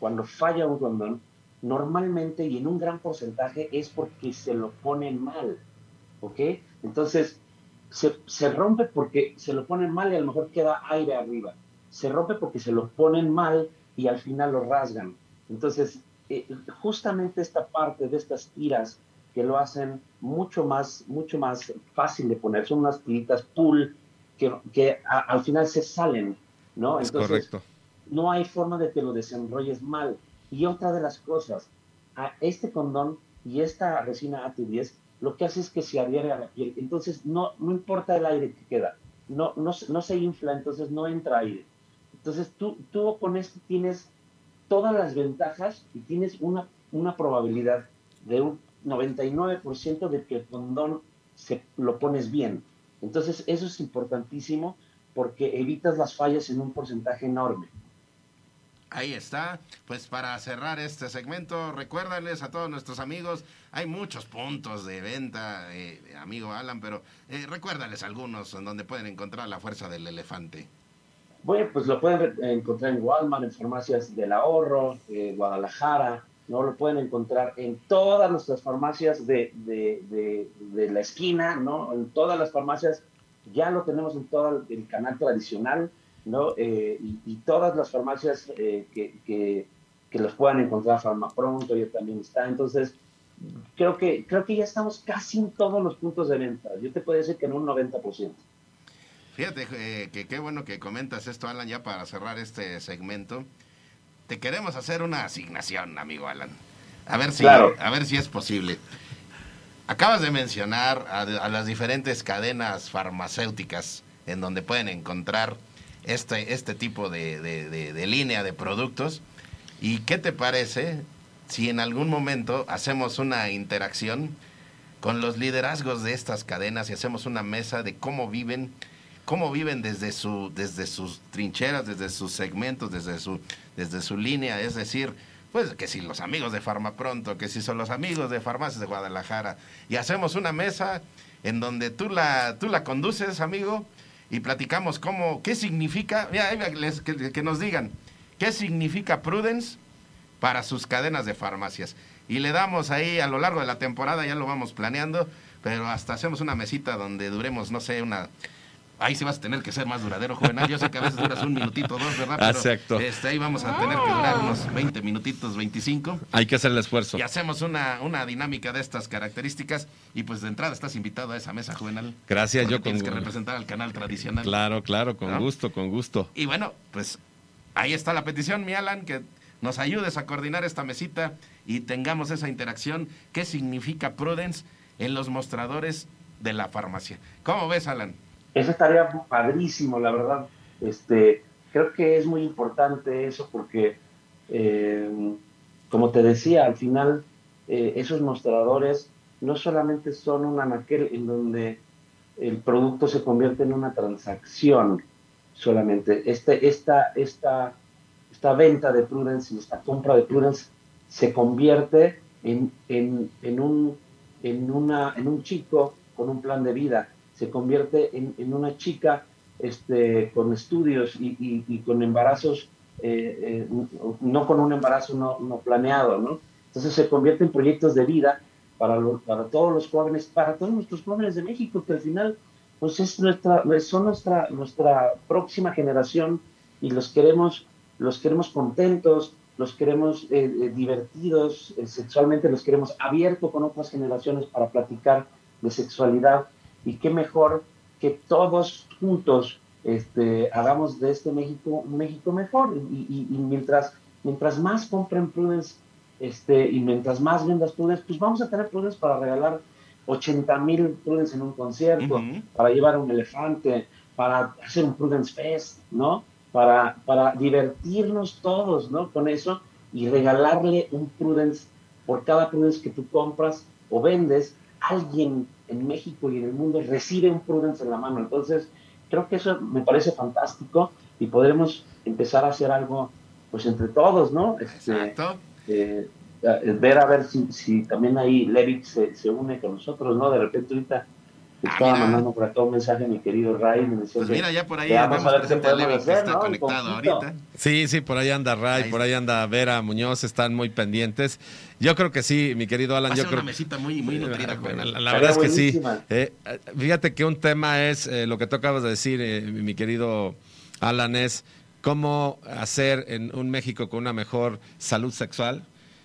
normalmente y en un gran porcentaje es porque se lo ponen mal, ¿ok? Entonces, se rompe porque se lo ponen mal y a lo mejor queda aire arriba. Se rompe porque se lo ponen mal y al final lo rasgan. Entonces, justamente esta parte de estas tiras que lo hacen mucho más fácil de poner, son unas tiritas pull que al final se salen, ¿no? Es entonces, correcto. No hay forma de que lo desenrolles mal. Y otra de las cosas, a este condón y esta resina AT10 lo que hace es que se adhiere a la piel. Entonces, no importa el aire que queda, no se infla, entonces no entra aire. Entonces, tú con esto tienes todas las ventajas y tienes una probabilidad de un 99% de que el condón lo pones bien. Entonces, eso es importantísimo porque evitas las fallas en un porcentaje enorme. Ahí está, pues para cerrar este segmento, recuérdales a todos nuestros amigos, hay muchos puntos de venta, amigo Alan, pero recuérdales algunos en donde pueden encontrar la fuerza del elefante. Bueno, pues lo pueden encontrar en Walmart, en Farmacias del Ahorro, Guadalajara, ¿no? Lo pueden encontrar en todas nuestras farmacias de la esquina, ¿no? En todas las farmacias, ya lo tenemos en todo el canal tradicional, ¿no? Y todas las farmacias que los puedan encontrar, Farmapronto ya también está. Entonces, creo que ya estamos casi en todos los puntos de venta. Yo te puedo decir que en un 90%. Fíjate que qué bueno que comentas esto, Alan, ya para cerrar este segmento. Te queremos hacer una asignación, amigo Alan. A ver si es posible. Acabas de mencionar a las diferentes cadenas farmacéuticas en donde pueden encontrar este tipo de línea de productos. ¿Y qué te parece si en algún momento hacemos una interacción con los liderazgos de estas cadenas y hacemos una mesa de cómo viven desde sus trincheras, desde sus segmentos, desde su línea? Es decir, pues que si los amigos de Farmapronto, que si son los amigos de Farmacias de Guadalajara, y hacemos una mesa en donde tú la conduces, amigo, y platicamos qué significa, mira, que nos digan qué significa Prudence para sus cadenas de farmacias. Y le damos ahí a lo largo de la temporada, ya lo vamos planeando, pero hasta hacemos una mesita donde duremos, no sé, ahí sí vas a tener que ser más duradero, Juvenal. Yo sé que a veces duras un minutito, 2, ¿verdad? Pero exacto. Ahí vamos a tener que durar unos 20 minutitos, 25. Hay que hacer el esfuerzo. Y hacemos una dinámica de estas características. Y pues de entrada estás invitado a esa mesa, Juvenal. Gracias. Porque tienes que representar al canal tradicional. Claro, con ¿no? gusto, con gusto. Y bueno, pues ahí está la petición, mi Alan, que nos ayudes a coordinar esta mesita y tengamos esa interacción. ¿Qué significa Prudence en los mostradores de la farmacia? ¿Cómo ves, Alan? Eso estaría padrísimo, la verdad. Creo que es muy importante eso porque, como te decía, al final esos mostradores no solamente son un anaquel en donde el producto se convierte en una transacción solamente. Esta venta de Prudence y esta compra de Prudence se convierte en un chico con un plan de vida, se convierte en una chica con estudios y con embarazos, no con un embarazo no planeado, ¿no? Entonces se convierte en proyectos de vida para todos los jóvenes, para todos nuestros jóvenes de México, que al final pues son nuestra próxima generación y los queremos contentos, los queremos divertidos, sexualmente los queremos abiertos con otras generaciones para platicar de sexualidad. Y qué mejor que todos juntos hagamos de este México un México mejor. Y mientras más compren Prudence y mientras más vendas Prudence, pues vamos a tener Prudence para regalar 80,000 Prudence en un concierto, para llevar un elefante, para hacer un Prudence Fest, ¿no? Para divertirnos todos, ¿no? Con eso y regalarle un Prudence por cada Prudence que tú compras o vendes. Alguien en México y en el mundo recibe un Prudence en la mano. Entonces, creo que eso me parece fantástico y podremos empezar a hacer algo, pues, entre todos, ¿no? Exacto. Ver a ver si también ahí Levick se une con nosotros, ¿no? De repente ahorita estaba mandando por acá un mensaje a mi querido Ray. Pues mira, ya por ahí vamos presente a Levick, que está conectado ahorita. Sí, por ahí anda Ray, por ahí anda Vera Muñoz, están muy pendientes. Yo creo que sí, mi querido Alan. Yo creo una mesita muy nutrida. La verdad es que sí. Fíjate que un tema es lo que tú acabas de decir, mi querido Alan, es cómo hacer en un México con una mejor salud sexual.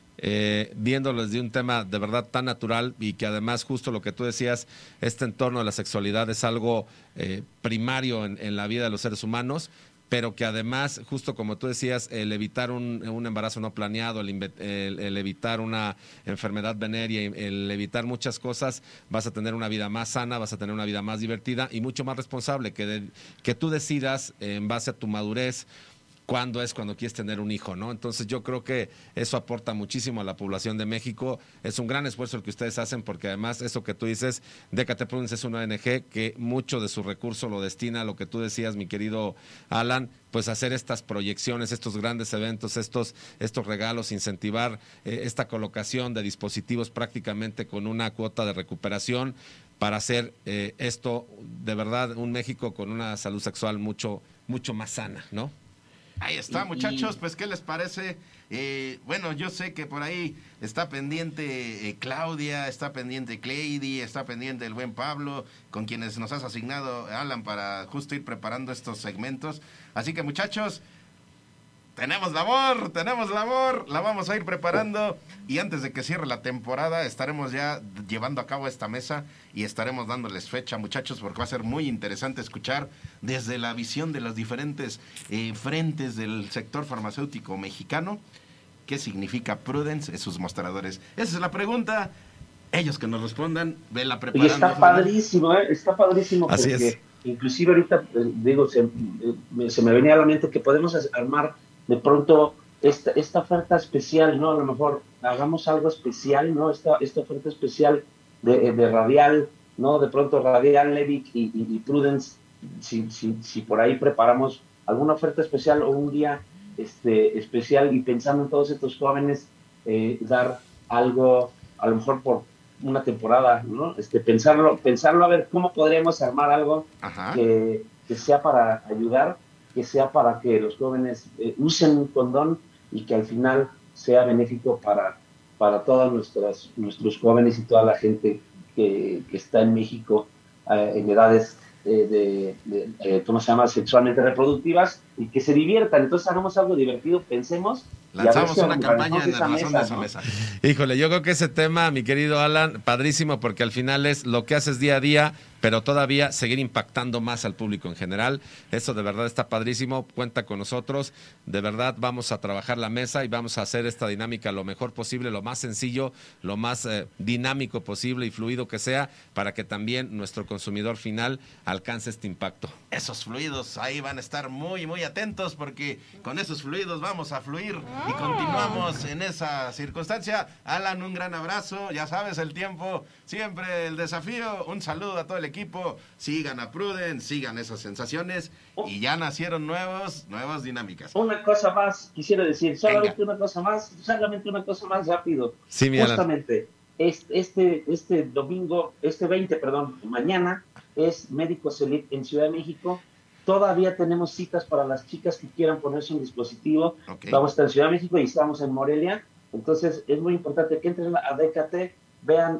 Viéndolo desde un tema de verdad tan natural y que además justo lo que tú decías, este entorno de la sexualidad es algo primario en la vida de los seres humanos, pero que además, justo como tú decías, el evitar un embarazo no planeado, el evitar una enfermedad venérea, el evitar muchas cosas, vas a tener una vida más sana, vas a tener una vida más divertida y mucho más responsable, que tú decidas en base a tu madurez cuando quieres tener un hijo, ¿no? Entonces yo creo que eso aporta muchísimo a la población de México. Es un gran esfuerzo el que ustedes hacen porque además eso que tú dices, Décate Prudence es una ONG que mucho de su recurso lo destina a lo que tú decías, mi querido Alan, pues hacer estas proyecciones, estos grandes eventos, estos regalos, incentivar esta colocación de dispositivos prácticamente con una cuota de recuperación para hacer esto de verdad un México con una salud sexual mucho más sana, ¿no? Ahí está, muchachos, pues ¿qué les parece? Bueno, yo sé que por ahí está pendiente Claudia, está pendiente Cleidy, está pendiente el buen Pablo, con quienes nos has asignado, Alan, para justo ir preparando estos segmentos. Así que, muchachos, tenemos labor, la vamos a ir preparando y antes de que cierre la temporada estaremos ya llevando a cabo esta mesa y estaremos dándoles fecha, muchachos, porque va a ser muy interesante escuchar desde la visión de los diferentes frentes del sector farmacéutico mexicano qué significa Prudence en sus mostradores. Esa es la pregunta, ellos que nos respondan, vela preparando. Y está padrísimo, está padrísimo Así porque es. inclusive ahorita, digo, se me venía a la mente que podemos armar de pronto esta oferta especial, ¿no? A lo mejor hagamos algo especial, ¿no? Esta oferta especial de Radial, ¿no? De pronto Radial, Levic y Prudence, si por ahí preparamos alguna oferta especial o un día especial y pensando en todos estos jóvenes, dar algo, a lo mejor por una temporada, ¿no? Pensarlo a ver cómo podríamos armar algo que sea para ayudar, que sea para que los jóvenes usen un condón y que al final sea benéfico para todos nuestros jóvenes y toda la gente que está en México en edades ¿cómo se llama? Sexualmente reproductivas, y que se diviertan. Entonces hagamos algo divertido, pensemos. Lanzamos una campaña en la razón de esa mesa. Híjole, yo creo que ese tema, mi querido Alan, padrísimo, porque al final es lo que haces día a día, pero todavía seguir impactando más al público en general. Eso de verdad está padrísimo, cuenta con nosotros. De verdad vamos a trabajar la mesa y vamos a hacer esta dinámica lo mejor posible, lo más sencillo, lo más dinámico posible y fluido que sea, para que también nuestro consumidor final alcance este impacto. Esos fluidos ahí van a estar muy, muy atentos, porque con esos fluidos vamos a fluir y continuamos en esa circunstancia. Alan, un gran abrazo, ya sabes, el tiempo, siempre el desafío. Un saludo a todo el equipo, sigan a Prudence, sigan esas sensaciones, y ya nacieron nuevas dinámicas. Una cosa más, quisiera decir, solamente una cosa más rápido. Sí, justamente, este domingo, 20, mañana, es Médicos Elite en Ciudad de México. Todavía tenemos citas para las chicas que quieran ponerse un dispositivo. Vamos a estar en Ciudad de México y estamos en Morelia. Entonces es muy importante que entren a DKT, vean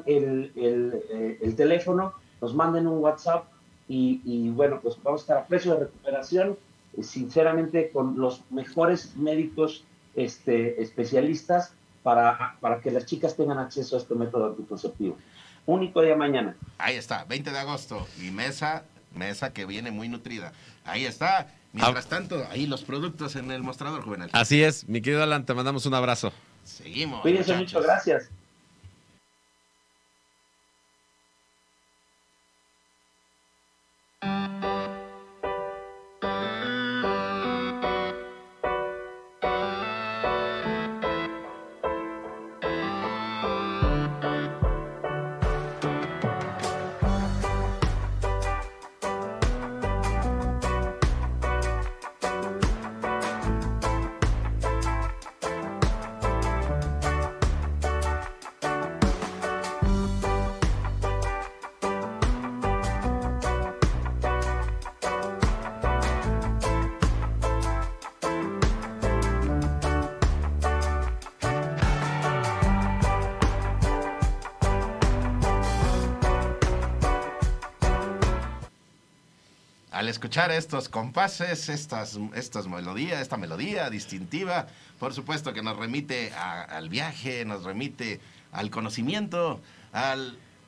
el teléfono, nos manden un WhatsApp y bueno, pues vamos a estar a precio de recuperación, sinceramente con los mejores médicos especialistas para que las chicas tengan acceso a este método anticonceptivo. Único día mañana. Ahí está, 20 de agosto, y mesa que viene muy nutrida. Ahí está. Mientras tanto, ahí los productos en el mostrador juvenil. Así es, mi querido Alan, te mandamos un abrazo. Seguimos. Cuídense mucho, gracias. Al escuchar estos compases, esta melodía distintiva, por supuesto que nos remite al viaje, nos remite al conocimiento, a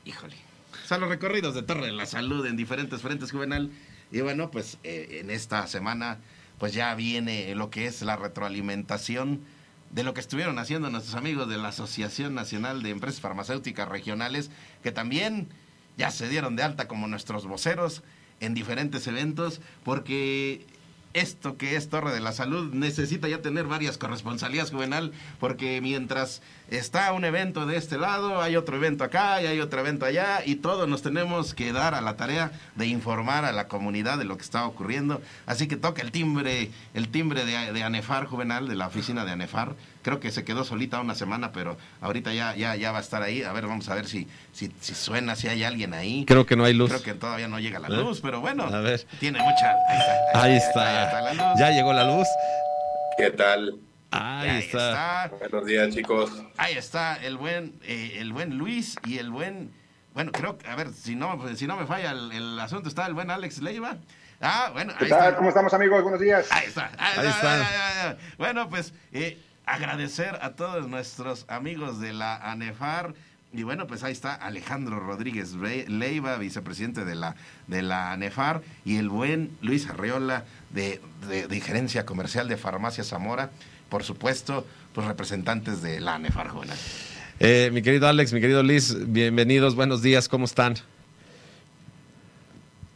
los recorridos de Torre de la Salud en diferentes frentes, Juvenal. Y bueno, pues en esta semana pues ya viene lo que es la retroalimentación de lo que estuvieron haciendo nuestros amigos de la Asociación Nacional de Empresas Farmacéuticas Regionales, que también ya se dieron de alta como nuestros voceros en diferentes eventos, porque esto que es Torre de la Salud necesita ya tener varias corresponsalías, Juvenal, porque mientras está un evento de este lado, hay otro evento acá y hay otro evento allá, y todos nos tenemos que dar a la tarea de informar a la comunidad de lo que está ocurriendo. Así que toca el timbre de ANEFAR, Juvenal, de la oficina de ANEFAR. Creo que se quedó solita una semana, pero ahorita ya va a estar ahí. A ver, vamos a ver si suena, si hay alguien ahí. Creo que no hay luz. Creo que todavía no llega la luz, pero bueno, a ver. Tiene mucha... Ahí está la luz. Ya llegó la luz. ¿Qué tal? Ahí está. Buenos días, chicos. Ahí está el buen Luis y el buen... Bueno, creo que, a ver, si no me falla el asunto, está el buen Alex Leiva. Bueno, ¿Qué tal? ¿Cómo estamos, amigos? Buenos días. Ahí está. Bueno, pues agradecer a todos nuestros amigos de la ANEFAR. Y bueno, pues ahí está Alejandro Rodríguez Leiva, vicepresidente de la ANEFAR, y el buen Luis Arriola de Gerencia Comercial de Farmacia Zamora. Por supuesto, pues representantes de la ANEFAR, Juvenal. Mi querido Alex, mi querido Luis, bienvenidos, buenos días, ¿cómo están?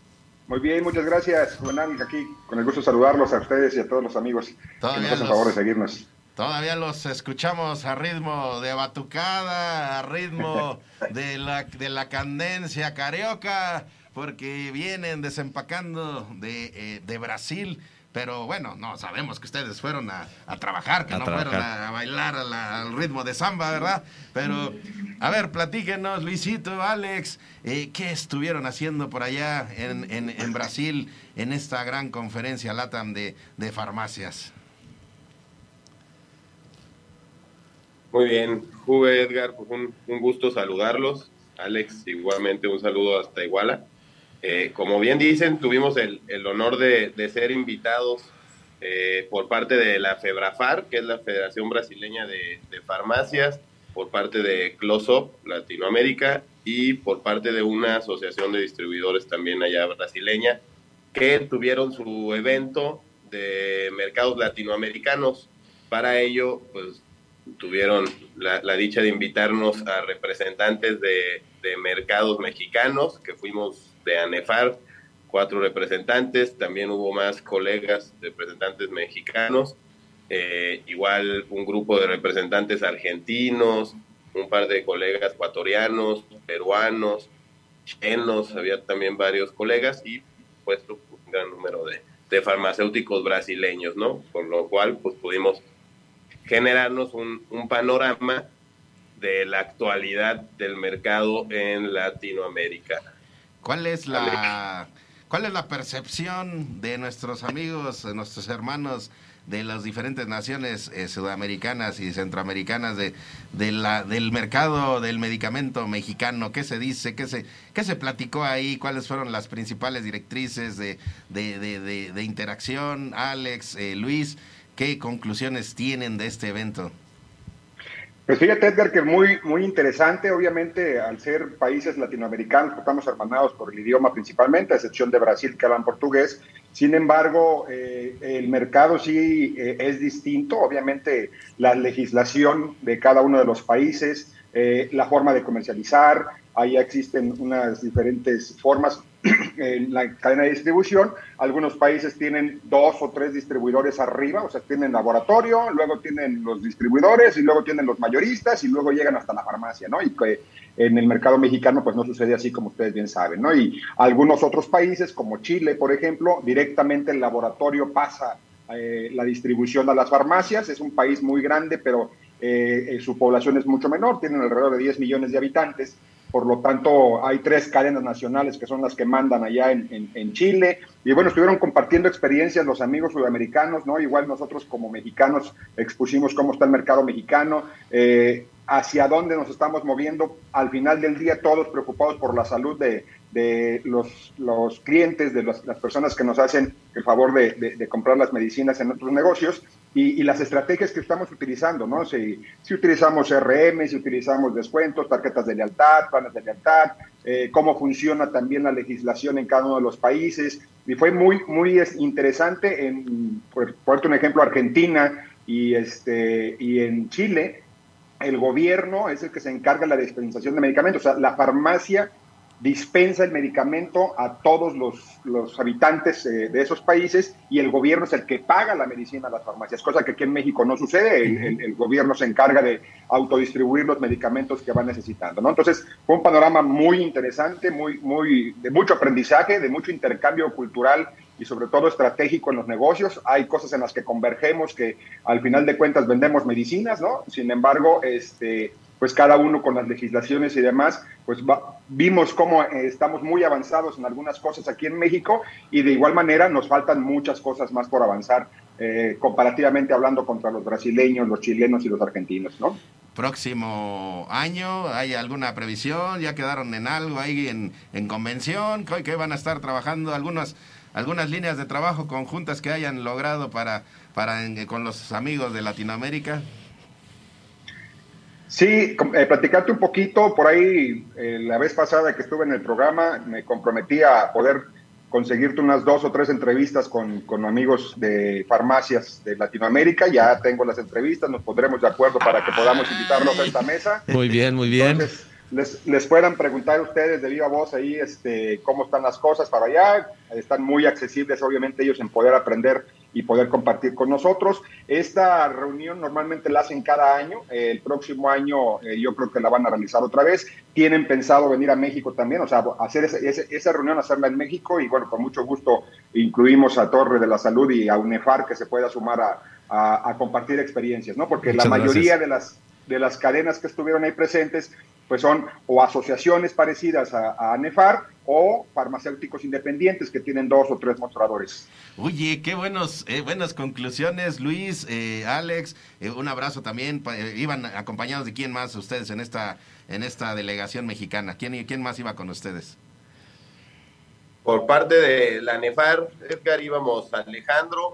Muy bien, muchas gracias, Juvenal, aquí con el gusto de saludarlos a ustedes y a todos los amigos que nos hacen favor de seguirnos. Todavía los escuchamos a ritmo de batucada, a ritmo de la cadencia carioca, porque vienen desempacando de Brasil. Pero bueno, no, sabemos que ustedes fueron a trabajar, que fueron a bailar al ritmo de samba, ¿verdad? Pero, a ver, platíquenos, Luisito, Alex, ¿qué estuvieron haciendo por allá en Brasil en esta gran conferencia LATAM de farmacias? Muy bien, Juve, Edgar, pues un gusto saludarlos. Alex, igualmente un saludo hasta Iguala. Como bien dicen, tuvimos el honor de ser invitados por parte de la FEBRAFAR, que es la Federación Brasileña de Farmacias, por parte de Close-Up Latinoamérica y por parte de una asociación de distribuidores también allá brasileña, que tuvieron su evento de mercados latinoamericanos. Para ello, pues tuvieron la dicha de invitarnos a representantes de mercados mexicanos, que fuimos de ANEFAR, 4 representantes, también hubo más colegas representantes mexicanos, igual un grupo de representantes argentinos, un par de colegas ecuatorianos, peruanos, chilenos, había también varios colegas y pues un gran número de farmacéuticos brasileños, ¿no? Por lo cual pues pudimos generarnos un panorama de la actualidad del mercado en Latinoamérica. ¿Cuál es la percepción de nuestros amigos, de nuestros hermanos de las diferentes naciones sudamericanas y centroamericanas del mercado del medicamento mexicano? ¿Qué se dice? ¿Qué se platicó ahí? ¿Cuáles fueron las principales directrices de interacción? Alex, Luis, ¿qué conclusiones tienen de este evento? Pues fíjate, Edgar, que muy, muy interesante. Obviamente, al ser países latinoamericanos, estamos hermanados por el idioma principalmente, a excepción de Brasil, que hablan portugués. Sin embargo, el mercado sí es distinto. Obviamente, la legislación de cada uno de los países, la forma de comercializar, ahí existen unas diferentes formas en la cadena de distribución. Algunos países tienen 2 o 3 distribuidores arriba, o sea, tienen laboratorio, luego tienen los distribuidores y luego tienen los mayoristas y luego llegan hasta la farmacia, ¿no? Y que en el mercado mexicano pues no sucede así, como ustedes bien saben, ¿no? Y algunos otros países como Chile, por ejemplo, directamente el laboratorio pasa la distribución a las farmacias. Es un país muy grande, pero su población es mucho menor, tienen alrededor de 10 millones de habitantes. Por lo tanto, hay 3 cadenas nacionales que son las que mandan allá en Chile. Y bueno, estuvieron compartiendo experiencias los amigos sudamericanos, ¿no? Igual nosotros como mexicanos expusimos cómo está el mercado mexicano, hacia dónde nos estamos moviendo. Al final del día, todos preocupados por la salud de los clientes, de las personas que nos hacen el favor de comprar las medicinas en nuestros negocios, y las estrategias que estamos utilizando, ¿no? Si utilizamos CRM, si utilizamos descuentos, tarjetas de lealtad, planes de lealtad, cómo funciona también la legislación en cada uno de los países. Y fue muy, muy interesante. Por ponerte un ejemplo, Argentina y en Chile, el gobierno es el que se encarga de la dispensación de medicamentos. O sea, la farmacia dispensa el medicamento a todos los habitantes de esos países, y el gobierno es el que paga la medicina a las farmacias, cosa que aquí en México no sucede. El gobierno se encarga de autodistribuir los medicamentos que van necesitando, ¿no? Entonces, fue un panorama muy interesante, de mucho aprendizaje, de mucho intercambio cultural y sobre todo estratégico en los negocios. Hay cosas en las que convergemos, que al final de cuentas vendemos medicinas, ¿no? Sin embargo, pues cada uno con las legislaciones y demás, pues vimos cómo estamos muy avanzados en algunas cosas aquí en México, y de igual manera nos faltan muchas cosas más por avanzar, comparativamente hablando, contra los brasileños, los chilenos y los argentinos, ¿no? Próximo año, ¿hay alguna previsión? ¿Ya quedaron en algo ahí en convención? ¿Qué van a estar trabajando? ¿Algunas líneas de trabajo conjuntas que hayan logrado con los amigos de Latinoamérica? Sí, platicarte un poquito. Por ahí, la vez pasada que estuve en el programa, me comprometí a poder conseguirte unas 2 o 3 entrevistas con amigos de farmacias de Latinoamérica. Ya tengo las entrevistas, nos pondremos de acuerdo para que podamos invitarlos a esta mesa. Muy bien, muy bien. Entonces, les puedan preguntar a ustedes de viva voz ahí cómo están las cosas para allá. Están muy accesibles, obviamente, ellos en poder aprender y poder compartir con nosotros. Esta reunión normalmente la hacen cada año. El próximo año yo creo que la van a realizar otra vez. Tienen pensado venir a México también, o sea, hacer esa reunión, hacerla en México, y bueno, con mucho gusto incluimos a Torre de la Salud y a UNEFAR que se pueda sumar a compartir experiencias, ¿no? Porque Muchas la mayoría gracias. de las cadenas que estuvieron ahí presentes pues son o asociaciones parecidas a ANEFAR o farmacéuticos independientes que tienen 2 o 3 mostradores. Oye, qué buenas conclusiones, Luis, Alex, un abrazo también. Iban acompañados de quién más ustedes en esta delegación mexicana. ¿Quién más iba con ustedes? Por parte de la ANEFAR, Edgar, íbamos Alejandro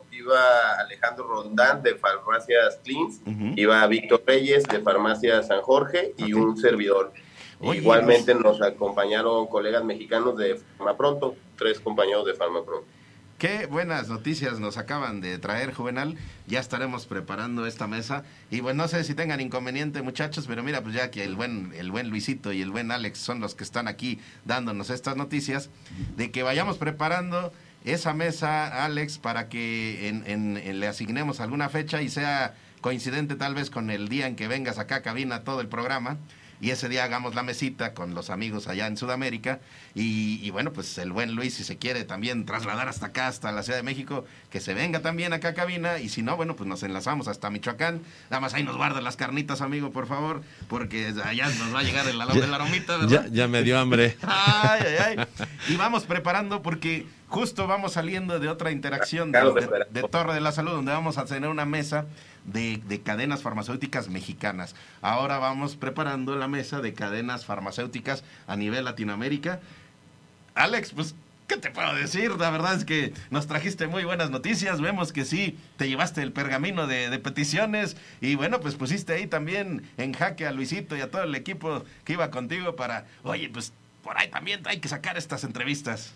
Rondán de Farmacias Clins, iba Víctor Reyes de Farmacias San Jorge y un servidor. Oye, igualmente nos acompañaron colegas mexicanos de Farmapronto, 3 compañeros de Farmapronto. Qué buenas noticias nos acaban de traer, Juvenal. Ya estaremos preparando esta mesa. Y bueno, no sé si tengan inconveniente, muchachos, pero mira, pues ya que el buen Luisito y el buen Alex son los que están aquí dándonos estas noticias, de que vayamos preparando esa mesa, Alex, para que le asignemos alguna fecha y sea coincidente tal vez con el día en que vengas acá a cabina todo el programa. Y ese día hagamos la mesita con los amigos allá en Sudamérica. Y bueno, pues el buen Luis, si se quiere también trasladar hasta acá, hasta la Ciudad de México, que se venga también acá a cabina. Y si no, bueno, pues nos enlazamos hasta Michoacán. Nada más ahí nos guardan las carnitas, amigo, por favor, porque allá nos va a llegar el aromita, ¿verdad? Ya me dio hambre. Ay, ay, ay. Y vamos preparando porque justo vamos saliendo de otra interacción de Torre de la Salud, donde vamos a tener una mesa de cadenas farmacéuticas mexicanas. Ahora vamos preparando la mesa de cadenas farmacéuticas a nivel Latinoamérica. Alex, pues, ¿qué te puedo decir? La verdad es que nos trajiste muy buenas noticias. Vemos que sí, te llevaste el pergamino de peticiones. Y bueno, pues pusiste ahí también en jaque a Luisito y a todo el equipo que iba contigo para, oye, pues por ahí también hay que sacar estas entrevistas.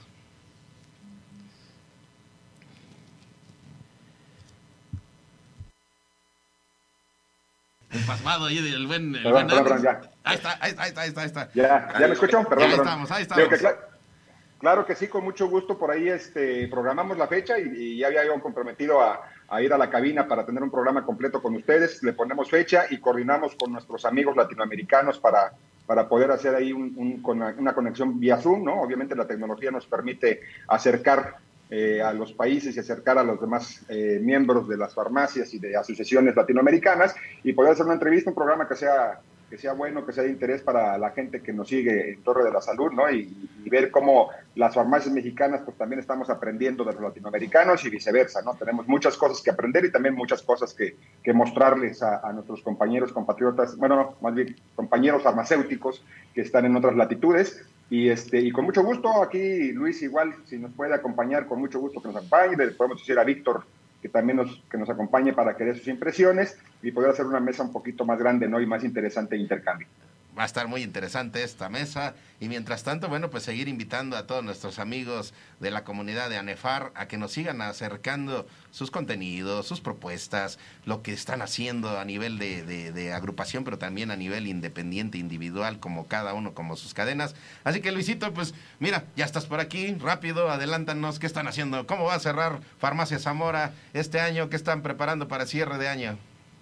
El pasmado ahí del buen... Perdón, ya. Ahí está. ¿Ya me escuchó? Perdón. Ahí estamos. Creo que claro que sí, con mucho gusto. Por ahí programamos la fecha y ya había yo comprometido a ir a la cabina para tener un programa completo con ustedes. Le ponemos fecha y coordinamos con nuestros amigos latinoamericanos para poder hacer ahí una conexión vía Zoom, ¿no? Obviamente la tecnología nos permite acercar a los países y acercar a los demás miembros de las farmacias y de asociaciones latinoamericanas y poder hacer una entrevista, un programa que sea bueno, que sea de interés para la gente que nos sigue en Torre de la Salud, ¿no? Y ver cómo las farmacias mexicanas pues también estamos aprendiendo de los latinoamericanos y viceversa, ¿no? Tenemos muchas cosas que aprender y también muchas cosas que mostrarles a nuestros compañeros, compatriotas, bueno, no, más bien compañeros farmacéuticos que están en otras latitudes. Y con mucho gusto, aquí Luis igual, si nos puede acompañar, con mucho gusto que nos acompañe. Le podemos decir a Víctor que también nos acompañe para que dé sus impresiones y poder hacer una mesa un poquito más grande, ¿no? Y más interesante de intercambio. Va a estar muy interesante esta mesa y mientras tanto, bueno, pues seguir invitando a todos nuestros amigos de la comunidad de ANEFAR a que nos sigan acercando sus contenidos, sus propuestas, lo que están haciendo a nivel de agrupación, pero también a nivel independiente, individual, como cada uno, como sus cadenas. Así que Luisito, pues mira, ya estás por aquí, rápido, adelántanos, ¿qué están haciendo? ¿Cómo va a cerrar Farmacia Zamora este año? ¿Qué están preparando para cierre de año?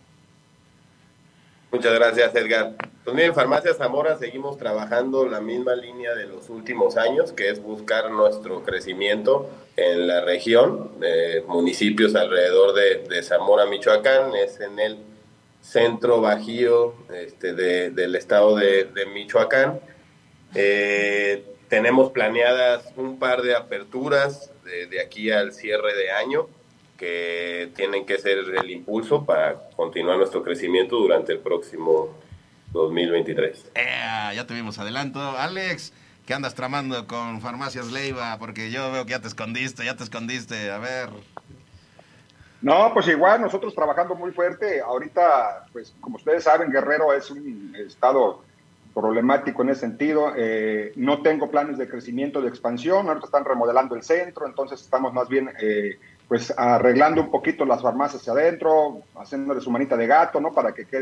Muchas gracias, Edgar. Pues miren, Farmacia Zamora seguimos trabajando la misma línea de los últimos años, que es buscar nuestro crecimiento en la región, municipios alrededor de Zamora, Michoacán, es en el centro bajío del estado de Michoacán. Tenemos planeadas un par de aperturas de aquí al cierre de año, que tienen que ser el impulso para continuar nuestro crecimiento durante el próximo 2023. Ya tuvimos adelanto. Alex, ¿qué andas tramando con Farmacias Leiva? Porque yo veo que ya te escondiste, a ver. No, pues igual, nosotros trabajando muy fuerte. Ahorita, pues como ustedes saben, Guerrero es un estado problemático en ese sentido. No tengo planes de crecimiento, de expansión. Ahorita están remodelando el centro, entonces estamos más bien pues arreglando un poquito las farmacias hacia adentro, haciéndole su manita de gato, ¿no? Para que queden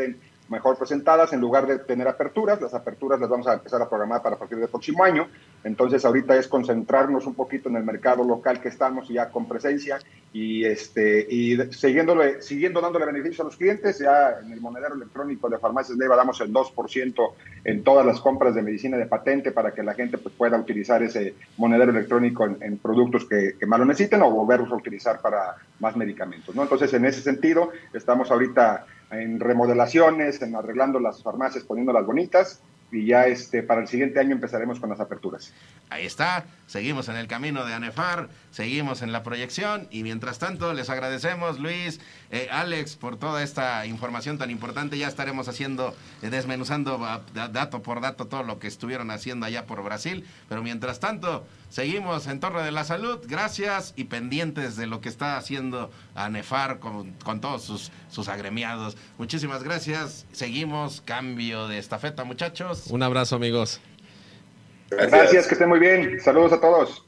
mejor presentadas en lugar de tener aperturas. Las aperturas las vamos a empezar a programar para partir del próximo año. Entonces ahorita es concentrarnos un poquito en el mercado local que estamos ya con presencia y siguiendo dándole beneficios a los clientes. Ya en el monedero electrónico de Farmacias Leiva damos el 2% en todas las compras de medicina de patente para que la gente pues, pueda utilizar ese monedero electrónico en productos que más lo necesiten o volverlos a utilizar para más medicamentos, ¿no? Entonces, en ese sentido, estamos ahorita en remodelaciones, en arreglando las farmacias, poniéndolas bonitas, y ya para el siguiente año empezaremos con las aperturas. Ahí está, seguimos en el camino de ANEFAR, seguimos en la proyección y mientras tanto les agradecemos, Luis, Alex, por toda esta información tan importante. Ya estaremos desmenuzando dato por dato todo lo que estuvieron haciendo allá por Brasil, pero mientras tanto seguimos en Torre de la Salud, gracias y pendientes de lo que está haciendo ANEFAR con todos sus agremiados. Muchísimas gracias, seguimos, cambio de estafeta, muchachos. Un abrazo, amigos. Gracias, que estén muy bien. Saludos a todos.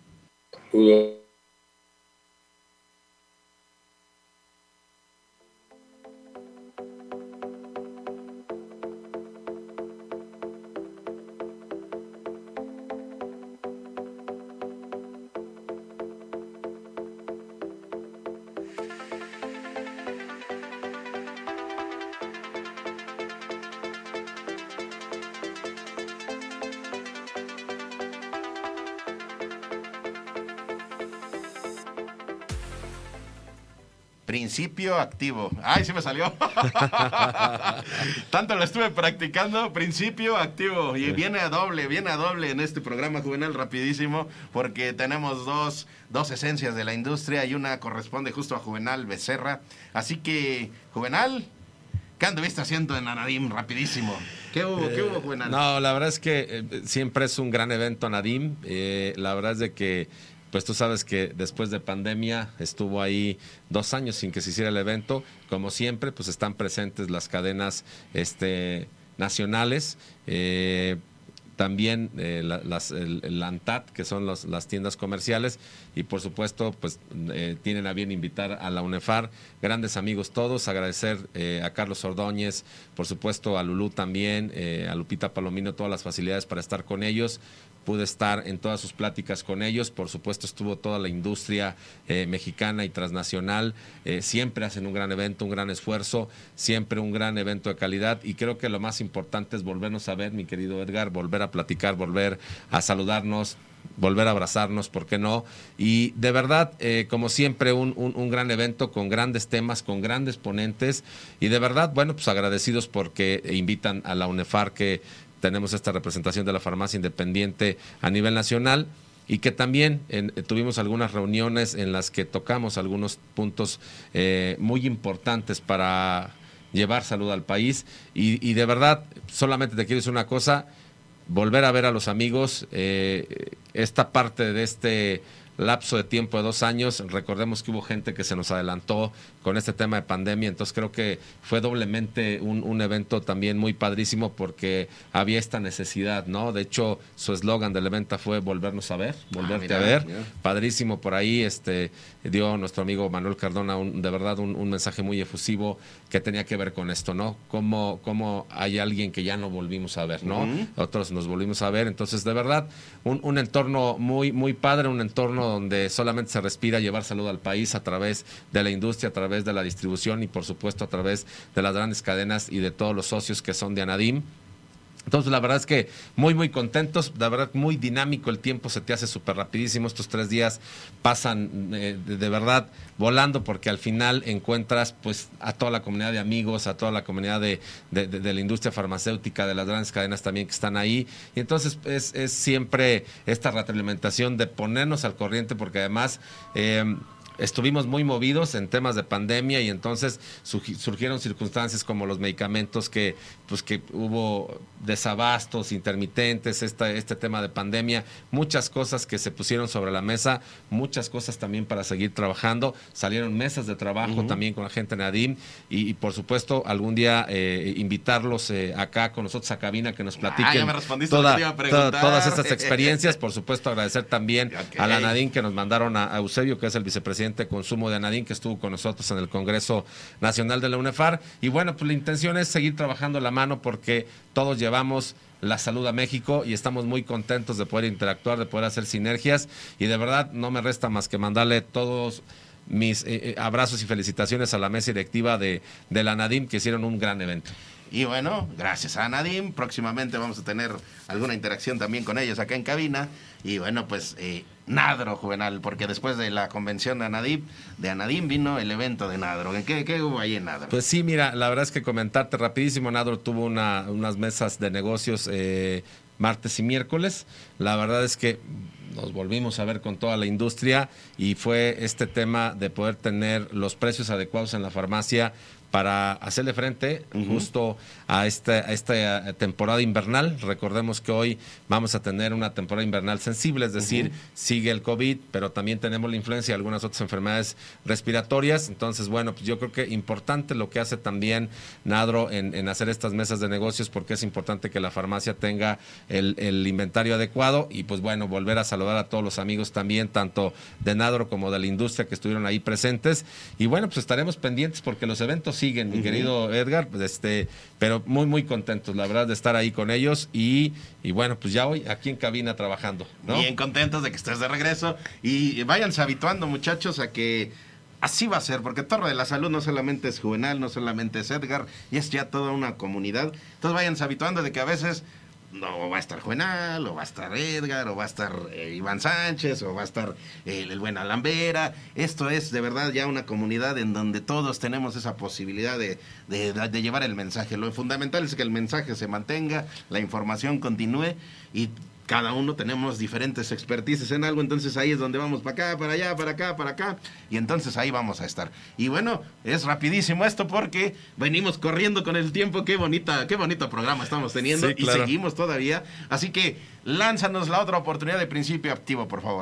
Principio activo. ¡Ay, sí me salió! Tanto lo estuve practicando. Principio activo. Y viene a doble en este programa Juvenal, rapidísimo, porque tenemos dos esencias de la industria y una corresponde justo a Juvenal Becerra. Así que, Juvenal, ¿qué anduviste haciendo en Anadim? Rapidísimo. ¿Qué hubo, Juvenal? No, la verdad es que siempre es un gran evento Anadim. La verdad es de que pues tú sabes que después de pandemia estuvo ahí 2 años sin que se hiciera el evento. Como siempre, pues están presentes las cadenas nacionales, también el ANTAD, que son las tiendas comerciales, y por supuesto, pues tienen a bien invitar a la UNEFAR, grandes amigos todos, agradecer a Carlos Ordóñez, por supuesto a Lulú también, a Lupita Palomino, todas las facilidades para estar con ellos. Pude estar en todas sus pláticas con ellos, por supuesto estuvo toda la industria mexicana y transnacional, siempre hacen un gran evento, un gran esfuerzo, siempre un gran evento de calidad, y creo que lo más importante es volvernos a ver, mi querido Edgar, volver a platicar, volver a saludarnos, volver a abrazarnos, ¿por qué no? Y de verdad, como siempre, un gran evento con grandes temas, con grandes ponentes, y de verdad, bueno, pues agradecidos porque invitan a la UNEFAR, que tenemos esta representación de la farmacia independiente a nivel nacional, y que también tuvimos algunas reuniones en las que tocamos algunos puntos muy importantes para llevar salud al país, y de verdad, solamente te quiero decir una cosa, volver a ver a los amigos, esta parte de este lapso de tiempo de 2 años, recordemos que hubo gente que se nos adelantó con este tema de pandemia, entonces creo que fue doblemente un evento también muy padrísimo porque había esta necesidad, ¿no? De hecho, su eslogan del evento fue volvernos a ver, volverte a ver, padrísimo por ahí, dio nuestro amigo Manuel Cardona de verdad un mensaje muy efusivo que tenía que ver con esto, ¿no? Cómo hay alguien que ya no volvimos a ver, ¿no? Otros nos volvimos a ver, entonces de verdad un entorno muy, muy padre, un entorno donde solamente se respira llevar salud al país a través de la industria, a través de la distribución y por supuesto a través de las grandes cadenas y de todos los socios que son de Anadim. Entonces la verdad es que muy muy contentos, la verdad muy dinámico, el tiempo se te hace súper rapidísimo, estos 3 días pasan de verdad volando porque al final encuentras pues a toda la comunidad de amigos, a toda la comunidad de la industria farmacéutica, de las grandes cadenas también que están ahí, y entonces es siempre esta retroalimentación de ponernos al corriente porque además estuvimos muy movidos en temas de pandemia y entonces surgieron circunstancias como los medicamentos que hubo desabastos intermitentes, este tema de pandemia, muchas cosas que se pusieron sobre la mesa, muchas cosas también para seguir trabajando. Salieron mesas de trabajo también con la gente de Nadim y por supuesto algún día invitarlos acá con nosotros a cabina que nos platiquen todas estas experiencias. Por supuesto agradecer también a la Nadim que nos mandaron a Eusebio, que es el vicepresidente de consumo de Nadim, que estuvo con nosotros en el Congreso Nacional de la UNEFAR. Y bueno, pues la intención es seguir trabajando la mano porque todos llevamos la salud a México y estamos muy contentos de poder interactuar, de poder hacer sinergias y de verdad no me resta más que mandarle todos mis abrazos y felicitaciones a la mesa directiva de la Nadim, que hicieron un gran evento. Y bueno, gracias a Nadim, próximamente vamos a tener alguna interacción también con ellos acá en cabina. Y bueno, pues Nadro, Juvenal, porque después de la convención de Anadim vino el evento de Nadro. ¿Qué hubo ahí en Nadro? Pues sí, mira, la verdad es que comentarte rapidísimo, Nadro tuvo unas mesas de negocios martes y miércoles. La verdad es que nos volvimos a ver con toda la industria y fue este tema de poder tener los precios adecuados en la farmacia para hacerle frente justo a esta temporada invernal. Recordemos que hoy vamos a tener una temporada invernal sensible, es decir, sigue el COVID, pero también tenemos la influenza y algunas otras enfermedades respiratorias. Entonces, bueno, pues yo creo que importante lo que hace también Nadro en hacer estas mesas de negocios, porque es importante que la farmacia tenga el inventario adecuado y pues bueno, volver a saludar a todos los amigos también, tanto de Nadro como de la industria que estuvieron ahí presentes. Y bueno, pues estaremos pendientes porque los eventos siguen, mi querido Edgar, pues pero muy, muy contentos, la verdad, de estar ahí con ellos y bueno, pues ya hoy aquí en cabina trabajando, ¿no? Bien contentos de que estés de regreso y váyanse habituando, muchachos, a que así va a ser, porque Torre de la Salud no solamente es Juvenal, no solamente es Edgar, y es ya toda una comunidad. Entonces váyanse habituando de que a veces no va a estar Juvenal, o va a estar Edgar, o va a estar Iván Sánchez, o va a estar el buen Alambera. Esto es de verdad ya una comunidad en donde todos tenemos esa posibilidad de llevar el mensaje. Lo fundamental es que el mensaje se mantenga, la información continúe y cada uno tenemos diferentes expertices en algo, entonces ahí es donde vamos para acá, para allá, para acá, para acá, y entonces ahí vamos a estar. Y bueno, es rapidísimo esto porque venimos corriendo con el tiempo, qué bonito programa estamos teniendo, sí, claro. Y seguimos todavía, así que lánzanos la otra oportunidad de Principio Activo, por favor.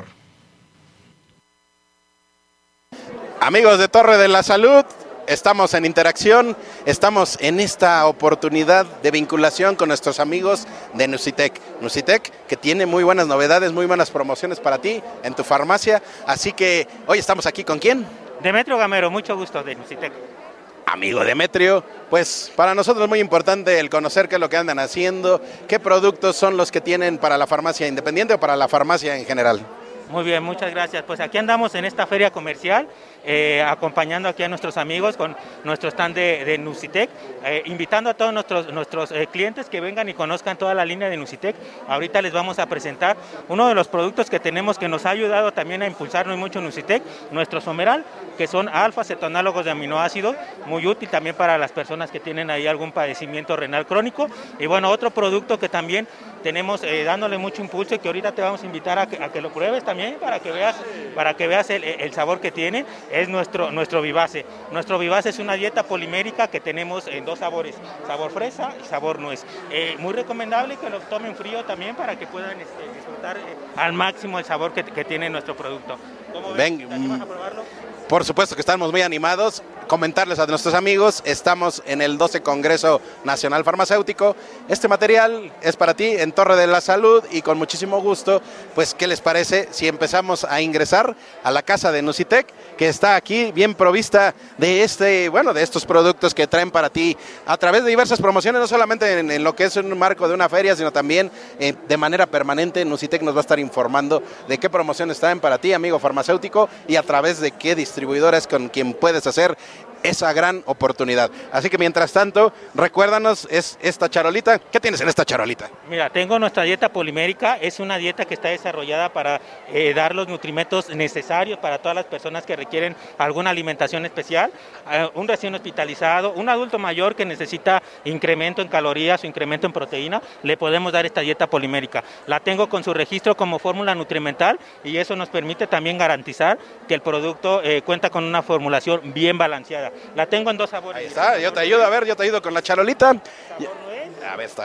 Amigos de Torre de la Salud, estamos en interacción, estamos en esta oportunidad de vinculación con nuestros amigos de Nucitec. Nucitec, que tiene muy buenas novedades, muy buenas promociones para ti en tu farmacia. Así que hoy estamos aquí ¿con quién? Demetrio Gamero, mucho gusto, de Nucitec. Amigo Demetrio, pues para nosotros es muy importante el conocer qué es lo que andan haciendo, qué productos son los que tienen para la farmacia independiente o para la farmacia en general. Muy bien, muchas gracias. Pues aquí andamos en esta feria comercial, acompañando aquí a nuestros amigos con nuestro stand de Nucitec, invitando a todos nuestros clientes que vengan y conozcan toda la línea de Nucitec. Ahorita les vamos a presentar uno de los productos que tenemos que nos ha ayudado también a impulsarnos mucho Nucitec, nuestro Someral, que son alfa-cetonálogos de aminoácidos, muy útil también para las personas que tienen ahí algún padecimiento renal crónico. Y bueno, otro producto que también tenemos dándole mucho impulso y que ahorita te vamos a invitar a que lo pruebes también para que veas el sabor que tiene, es nuestro Vivace. Nuestro Vivace es una dieta polimérica que tenemos en dos sabores, sabor fresa y sabor nuez. Muy recomendable que lo tomen frío también para que puedan disfrutar al máximo el sabor que tiene nuestro producto. ¿Cómo ven? ¿Te animas a probarlo? Por supuesto que estamos muy animados. Comentarles a nuestros amigos, estamos en el 12 Congreso Nacional Farmacéutico. Este material es para ti en Torre de la Salud y con muchísimo gusto, pues, ¿qué les parece si empezamos a ingresar a la casa de Nucitec, que está aquí bien provista de estos productos que traen para ti a través de diversas promociones, no solamente en lo que es un marco de una feria, sino también de manera permanente? Nucitec nos va a estar informando de qué promociones traen para ti, amigo farmacéutico, y a través de qué distribuidores con quien puedes hacer esa gran oportunidad. Así que mientras tanto, recuérdanos, es esta charolita. ¿Qué tienes en esta charolita? Mira, tengo nuestra dieta polimérica. Es una dieta que está desarrollada para dar los nutrimentos necesarios para todas las personas que requieren alguna alimentación especial. Un recién hospitalizado, un adulto mayor que necesita incremento en calorías o incremento en proteína, le podemos dar esta dieta polimérica. La tengo con su registro como fórmula nutrimental y eso nos permite también garantizar que el producto cuenta con una formulación bien balanceada. La tengo en dos sabores. Ahí está, yo te ayudo con la charolita. A ver, está.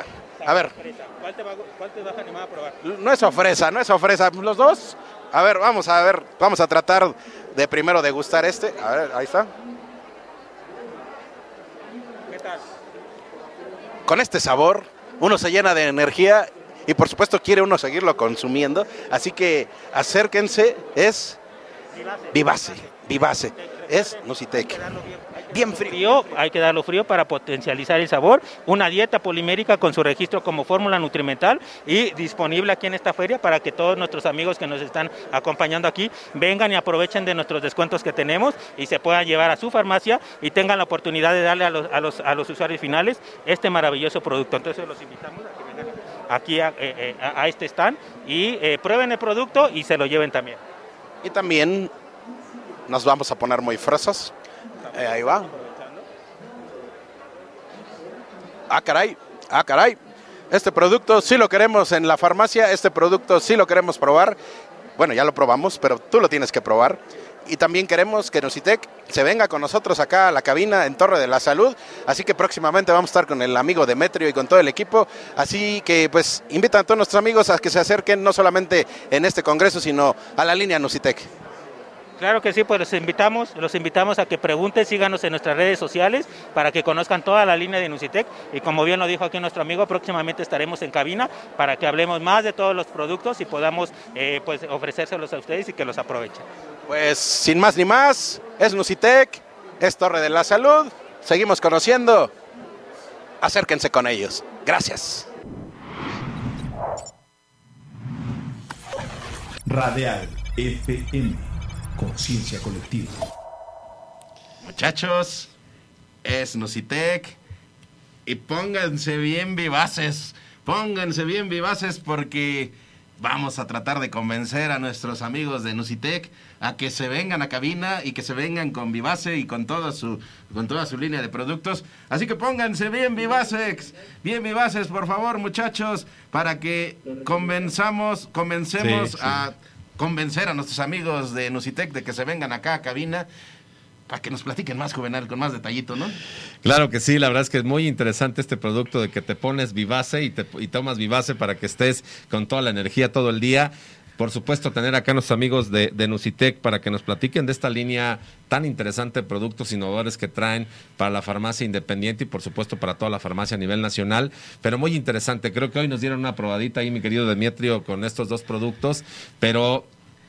A ver. ¿Cuál te vas a animar a probar? No es ofresa. Los dos. A ver, vamos a tratar de primero degustar este. A ver, ahí está. ¿Qué tal? Con este sabor, uno se llena de energía y por supuesto quiere uno seguirlo consumiendo. Así que acérquense, es Vivace. Es Nusitec. Bien frío. Hay que darlo frío para potencializar el sabor. Una dieta polimérica con su registro como fórmula nutrimental y disponible aquí en esta feria para que todos nuestros amigos que nos están acompañando aquí vengan y aprovechen de nuestros descuentos que tenemos y se puedan llevar a su farmacia y tengan la oportunidad de darle a los usuarios finales este maravilloso producto. Entonces los invitamos a que vengan aquí a este stand y prueben el producto y se lo lleven también. Y también nos vamos a poner muy fresas. Ahí va. Ah, caray. Este producto sí lo queremos en la farmacia, este producto sí lo queremos probar. Bueno, ya lo probamos, pero tú lo tienes que probar. Y también queremos que Nusitec se venga con nosotros acá a la cabina en Torre de la Salud. Así que próximamente vamos a estar con el amigo Demetrio y con todo el equipo. Así que pues invitan a todos nuestros amigos a que se acerquen no solamente en este congreso, sino a la línea Nusitec. Claro que sí, pues los invitamos a que pregunten, síganos en nuestras redes sociales para que conozcan toda la línea de Nusitec y como bien lo dijo aquí nuestro amigo, próximamente estaremos en cabina para que hablemos más de todos los productos y podamos pues ofrecérselos a ustedes y que los aprovechen. Pues sin más ni más, es Nusitec, es Torre de la Salud, seguimos conociendo, acérquense con ellos. Gracias. Radial FM. Conciencia colectiva. Muchachos, es Nusitec y pónganse bien vivaces porque vamos a tratar de convencer a nuestros amigos de Nusitec a que se vengan a cabina y que se vengan con Vivace y con toda su línea de productos. Así que pónganse bien vivaces, por favor, muchachos, para que comencemos a convencer a nuestros amigos de Nusitec de que se vengan acá a cabina para que nos platiquen más, Juvenal, con más detallito, ¿no? Claro que sí, la verdad es que es muy interesante este producto de que te pones Vivace y tomas Vivace para que estés con toda la energía todo el día. Por supuesto, tener acá a nuestros amigos de Nusitec para que nos platiquen de esta línea tan interesante de productos innovadores que traen para la farmacia independiente y, por supuesto, para toda la farmacia a nivel nacional. Pero muy interesante. Creo que hoy nos dieron una probadita ahí, mi querido Demetrio, con estos dos productos. Pero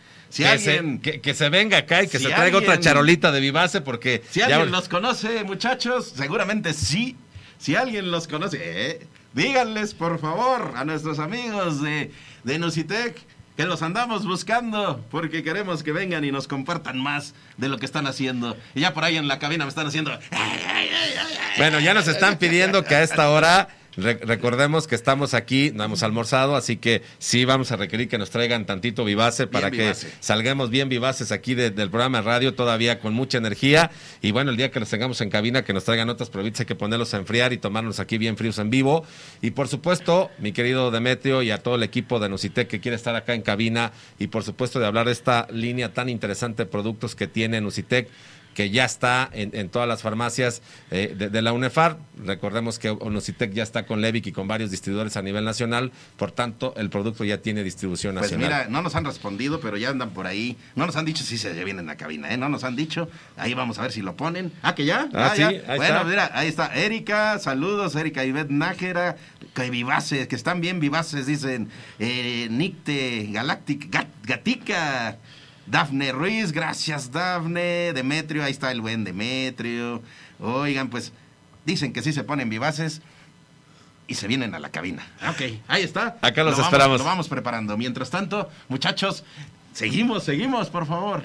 que se venga acá y que se traiga otra charolita de Vivace porque... Si alguien los conoce, muchachos, seguramente sí. Si alguien los conoce, díganles, por favor, a nuestros amigos de Nusitec que los andamos buscando porque queremos que vengan y nos compartan más de lo que están haciendo. Y ya por ahí en la cabina me están haciendo... Bueno, ya nos están pidiendo que a esta hora... Recordemos que estamos aquí, no hemos almorzado, así que sí vamos a requerir que nos traigan tantito Vivace para que salgamos bien vivaces aquí del programa de radio, todavía con mucha energía. Y bueno, el día que los tengamos en cabina, que nos traigan otras probitas, hay que ponerlos a enfriar y tomarnos aquí bien fríos en vivo. Y por supuesto, mi querido Demetrio y a todo el equipo de Nusitec que quiere estar acá en cabina y por supuesto de hablar de esta línea tan interesante de productos que tiene Nusitec, que ya está en todas las farmacias de la UNEFAR. Recordemos que Nusitec ya está con Levic y con varios distribuidores a nivel nacional, por tanto, el producto ya tiene distribución nacional. Pues mira, no nos han respondido, pero ya andan por ahí. No nos han dicho si se vienen en la cabina, no nos han dicho. Ahí vamos a ver si lo ponen. ¿Que ya? Sí, ya. Ahí bueno, está. Mira, ahí está Erika, saludos, Erika Ivette Nájera, que vivaces, que están bien vivaces, dicen Nicte, Gatica, Dafne Ruiz, gracias Dafne, Demetrio, ahí está el buen Demetrio. Oigan, pues dicen que sí se ponen vivaces y se vienen a la cabina. Ok, ahí está. Acá los esperamos. Lo vamos preparando. Mientras tanto, muchachos, seguimos, por favor.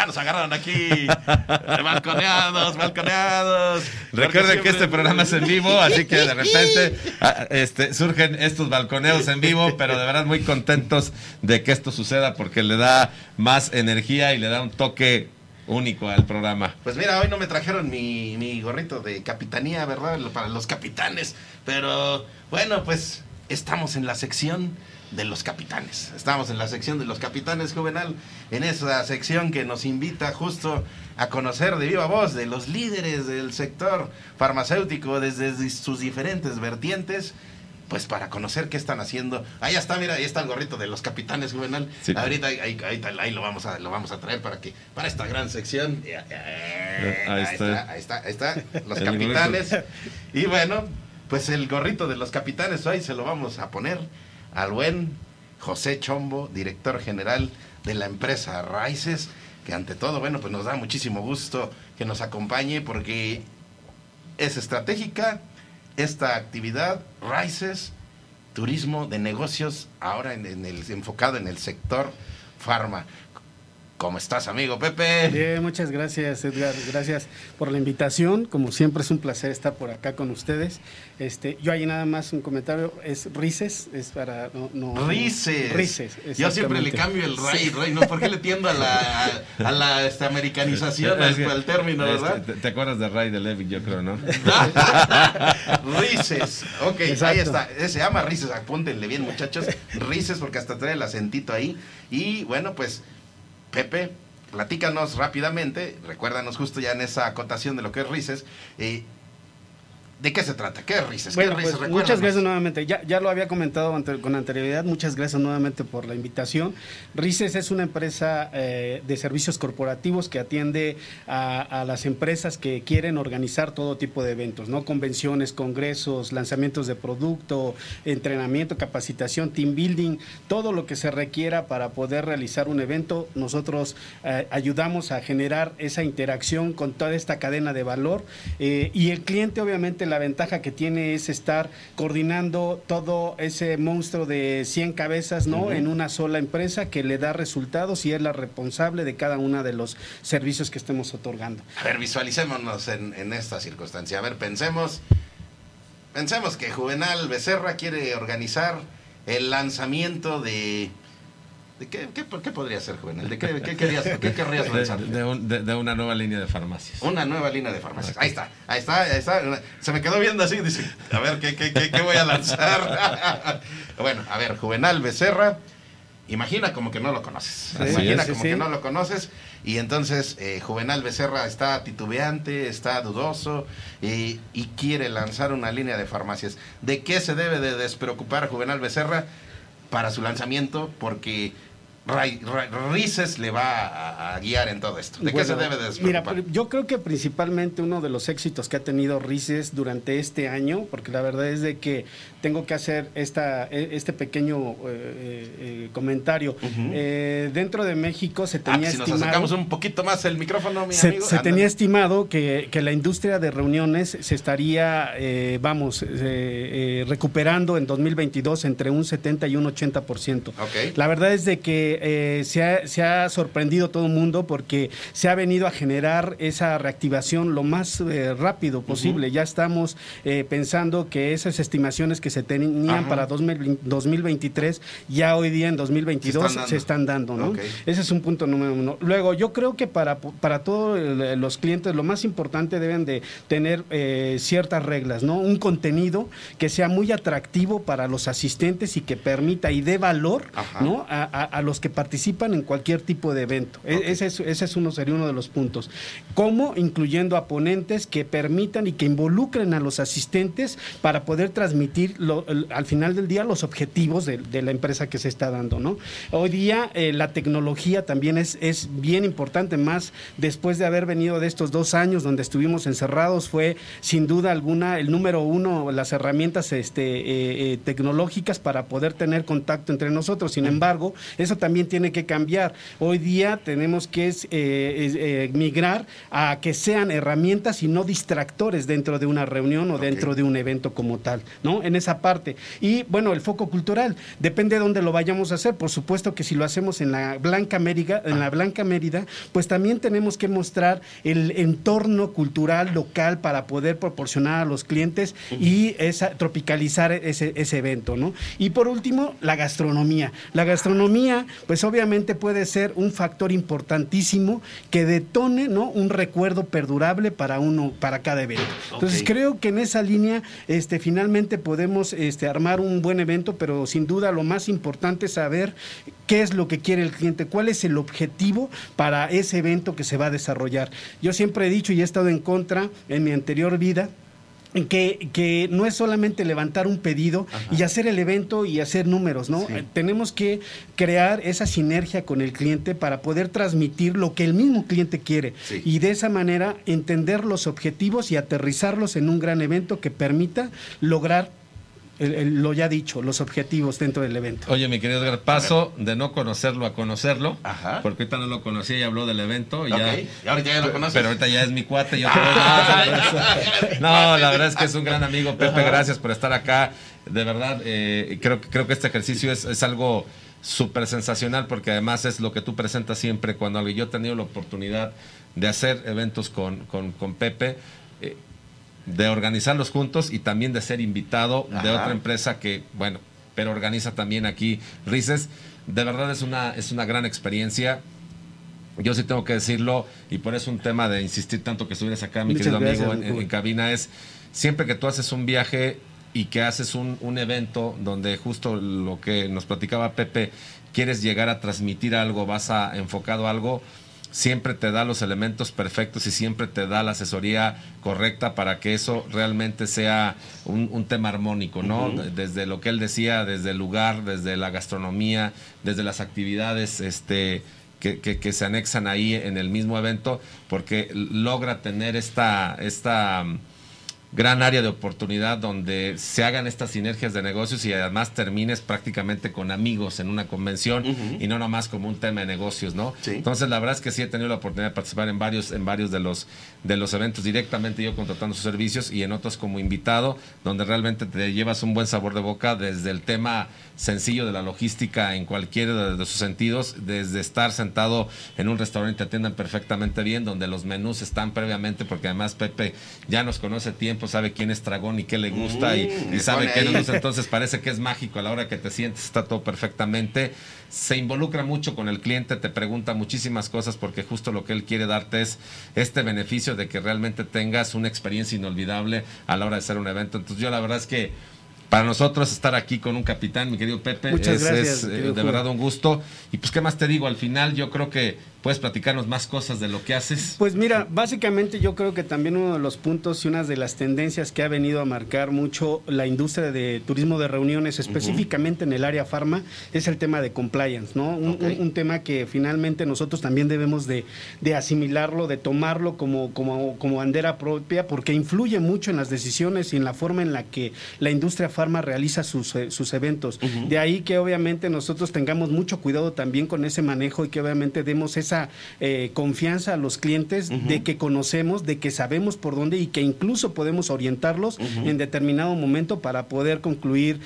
Ya nos agarraron aquí. Balconeados. Recuerden que este programa es en vivo, así que de repente surgen estos balconeos en vivo, pero de verdad muy contentos de que esto suceda porque le da más energía y le da un toque único al programa. Pues mira, hoy no me trajeron mi gorrito de capitanía, ¿verdad? Para los capitanes. Pero bueno, pues estamos en la sección de los capitanes. Estamos en la sección de los capitanes, Juvenal. En esa sección que nos invita justo a conocer de viva voz de los líderes del sector farmacéutico desde sus diferentes vertientes. Pues para conocer qué están haciendo. Ahí está, mira, ahí está el gorrito de los capitanes, Juvenal. Sí. Ahorita ahí lo vamos a traer para esta gran sección. Ahí está, los capitanes. Y bueno, pues el gorrito de los capitanes hoy se lo vamos a poner al buen José Chombo, director general de la empresa Rices, que ante todo, bueno, pues nos da muchísimo gusto que nos acompañe porque es estratégica esta actividad, Rices, turismo de negocios, ahora enfocado en el sector farma. ¿Cómo estás, amigo Pepe? Bien, muchas gracias, Edgar. Gracias por la invitación. Como siempre es un placer estar por acá con ustedes. Yo ahí nada más un comentario, es Rices, es para Rices. Yo siempre le cambio el Ray, ¿no? ¿Por qué le tiendo a la americanización al término, verdad? ¿Te acuerdas de Ray de Levitt, yo creo, no? Rices. Ok, exacto. Ahí está. Se llama Rices, apúntenle bien, muchachos. Rices, porque hasta trae el acentito ahí. Y bueno, pues Pepe, platícanos rápidamente, recuérdanos justo ya en esa acotación de lo que es Rices, ¿de qué se trata? ¿Qué es Rices? Bueno, pues, muchas gracias nuevamente, ya lo había comentado con anterioridad, muchas gracias nuevamente por la invitación. Rices es una empresa de servicios corporativos que atiende a las empresas que quieren organizar todo tipo de eventos, ¿no? Convenciones, congresos, lanzamientos de producto, entrenamiento, capacitación, team building, todo lo que se requiera para poder realizar un evento. Nosotros ayudamos a generar esa interacción con toda esta cadena de valor y el cliente obviamente la ventaja que tiene es estar coordinando todo ese monstruo de 100 cabezas, ¿no? En una sola empresa que le da resultados y es la responsable de cada uno de los servicios que estemos otorgando. A ver, visualicémonos en esta circunstancia. A ver, pensemos que Juvenal Becerra quiere organizar el lanzamiento de... ¿Qué podría ser, Juvenal? ¿Qué querrías lanzar? De una nueva línea de farmacias. Una nueva línea de farmacias. Ahí está. Se me quedó viendo así, dice, a ver, ¿qué voy a lanzar? Bueno, a ver, Juvenal Becerra, imagina como que no lo conoces. Que no lo conoces. Y entonces Juvenal Becerra está titubeante, está dudoso y quiere lanzar una línea de farmacias. ¿De qué se debe de despreocupar Juvenal Becerra para su lanzamiento? Porque Rices le va a guiar en todo esto. ¿De qué se debe de despreocupar? Mira, yo creo que principalmente uno de los éxitos que ha tenido Rices durante este año, porque la verdad es de que tengo que hacer este pequeño comentario. Dentro de México se tenía si estimado... nos acercamos un poquito más el micrófono, amigo. Se tenía estimado que la industria de reuniones se estaría, recuperando en 2022 entre un 70 y un 80%. Okay. La verdad es de que se ha sorprendido todo el mundo porque se ha venido a generar esa reactivación lo más rápido posible. Ya estamos pensando que esas estimaciones que se tenían para 2023, ya hoy día en 2022 se están dando, ¿no? Okay. Ese es un punto número uno. Luego, yo creo que para todos los clientes lo más importante deben de tener ciertas reglas, ¿no? Un contenido que sea muy atractivo para los asistentes y que permita y dé valor, ¿no? A los que participan en cualquier tipo de evento. Okay. Ese sería uno de los puntos. ¿Cómo? Incluyendo a ponentes que permitan y que involucren a los asistentes para poder transmitir al final del día los objetivos de la empresa que se está dando, ¿no? Hoy día la tecnología también es bien importante, más después de haber venido de estos 2 años donde estuvimos encerrados, fue sin duda alguna el número uno, las herramientas tecnológicas para poder tener contacto entre nosotros. Sin embargo, eso también también tiene que cambiar. Hoy día tenemos que migrar a que sean herramientas y no distractores dentro de una reunión o dentro de un evento como tal, ¿no? En esa parte. Y bueno, el foco cultural, depende de dónde lo vayamos a hacer. Por supuesto que si lo hacemos en la Blanca Mérida, pues también tenemos que mostrar el entorno cultural local para poder proporcionar a los clientes y tropicalizar ese evento, ¿no? Y por último, la gastronomía. La gastronomía, pues obviamente puede ser un factor importantísimo que detone, ¿no?, un recuerdo perdurable para cada evento. Entonces creo que en esa línea finalmente podemos armar un buen evento, pero sin duda lo más importante es saber qué es lo que quiere el cliente, cuál es el objetivo para ese evento que se va a desarrollar. Yo siempre he dicho y he estado en contra en mi anterior vida, que no es solamente levantar un pedido y hacer el evento y hacer números, ¿no? Sí. Tenemos que crear esa sinergia con el cliente para poder transmitir lo que el mismo cliente quiere y de esa manera entender los objetivos y aterrizarlos en un gran evento que permita lograr lo ya dicho, los objetivos dentro del evento. Oye, mi querido Edgar, paso de no conocerlo a conocerlo, porque ahorita no lo conocía y habló del evento. Y ahorita ya lo conoces. Pero ahorita ya es mi cuate. Yo no, la verdad es que es un gran amigo. Pepe, gracias por estar acá. De verdad, creo que este ejercicio es algo súper sensacional, porque además es lo que tú presentas siempre cuando yo he tenido la oportunidad de hacer eventos con Pepe, de organizarlos juntos y también de ser invitado de otra empresa que, bueno, pero organiza también aquí Rices. De verdad es una gran experiencia. Yo sí tengo que decirlo, y por eso un tema de insistir tanto que estuvieras acá, mi querido amigo, en cabina, es siempre que tú haces un viaje y que haces un evento donde justo lo que nos platicaba Pepe, quieres llegar a transmitir algo, vas enfocado a algo, siempre te da los elementos perfectos y siempre te da la asesoría correcta para que eso realmente sea un tema armónico, ¿no? Desde lo que él decía, desde el lugar, desde la gastronomía, desde las actividades que se anexan ahí en el mismo evento, porque logra tener esta gran área de oportunidad donde se hagan estas sinergias de negocios y además termines prácticamente con amigos en una convención y no nomás como un tema de negocios, ¿no? Sí. Entonces la verdad es que sí he tenido la oportunidad de participar en varios de los eventos directamente yo contratando sus servicios y en otros como invitado, donde realmente te llevas un buen sabor de boca desde el tema sencillo de la logística en cualquiera de sus sentidos, desde estar sentado en un restaurante y te atiendan perfectamente bien, donde los menús están previamente, porque además Pepe ya nos conoce tiempo, sabe quién es Tragón y qué le gusta y sabe qué le gusta, entonces parece que es mágico a la hora que te sientes, está todo perfectamente, se involucra mucho con el cliente, te pregunta muchísimas cosas porque justo lo que él quiere darte es este beneficio de que realmente tengas una experiencia inolvidable a la hora de hacer un evento. Entonces yo la verdad es que para nosotros estar aquí con un capitán, mi querido Pepe, es de verdad un gusto. Y pues, ¿qué más te digo? Al final yo creo que puedes platicarnos más cosas de lo que haces. Pues mira, básicamente yo creo que también uno de los puntos y una de las tendencias que ha venido a marcar mucho la industria de turismo de reuniones, específicamente en el área farma, es el tema de compliance, ¿no? Un tema que finalmente nosotros también debemos de asimilarlo, de tomarlo como bandera propia, porque influye mucho en las decisiones y en la forma en la que la industria farma realiza sus eventos. De ahí que obviamente nosotros tengamos mucho cuidado también con ese manejo y que obviamente demos esa confianza a los clientes de que conocemos, de que sabemos por dónde y que incluso podemos orientarlos en determinado momento para poder concluir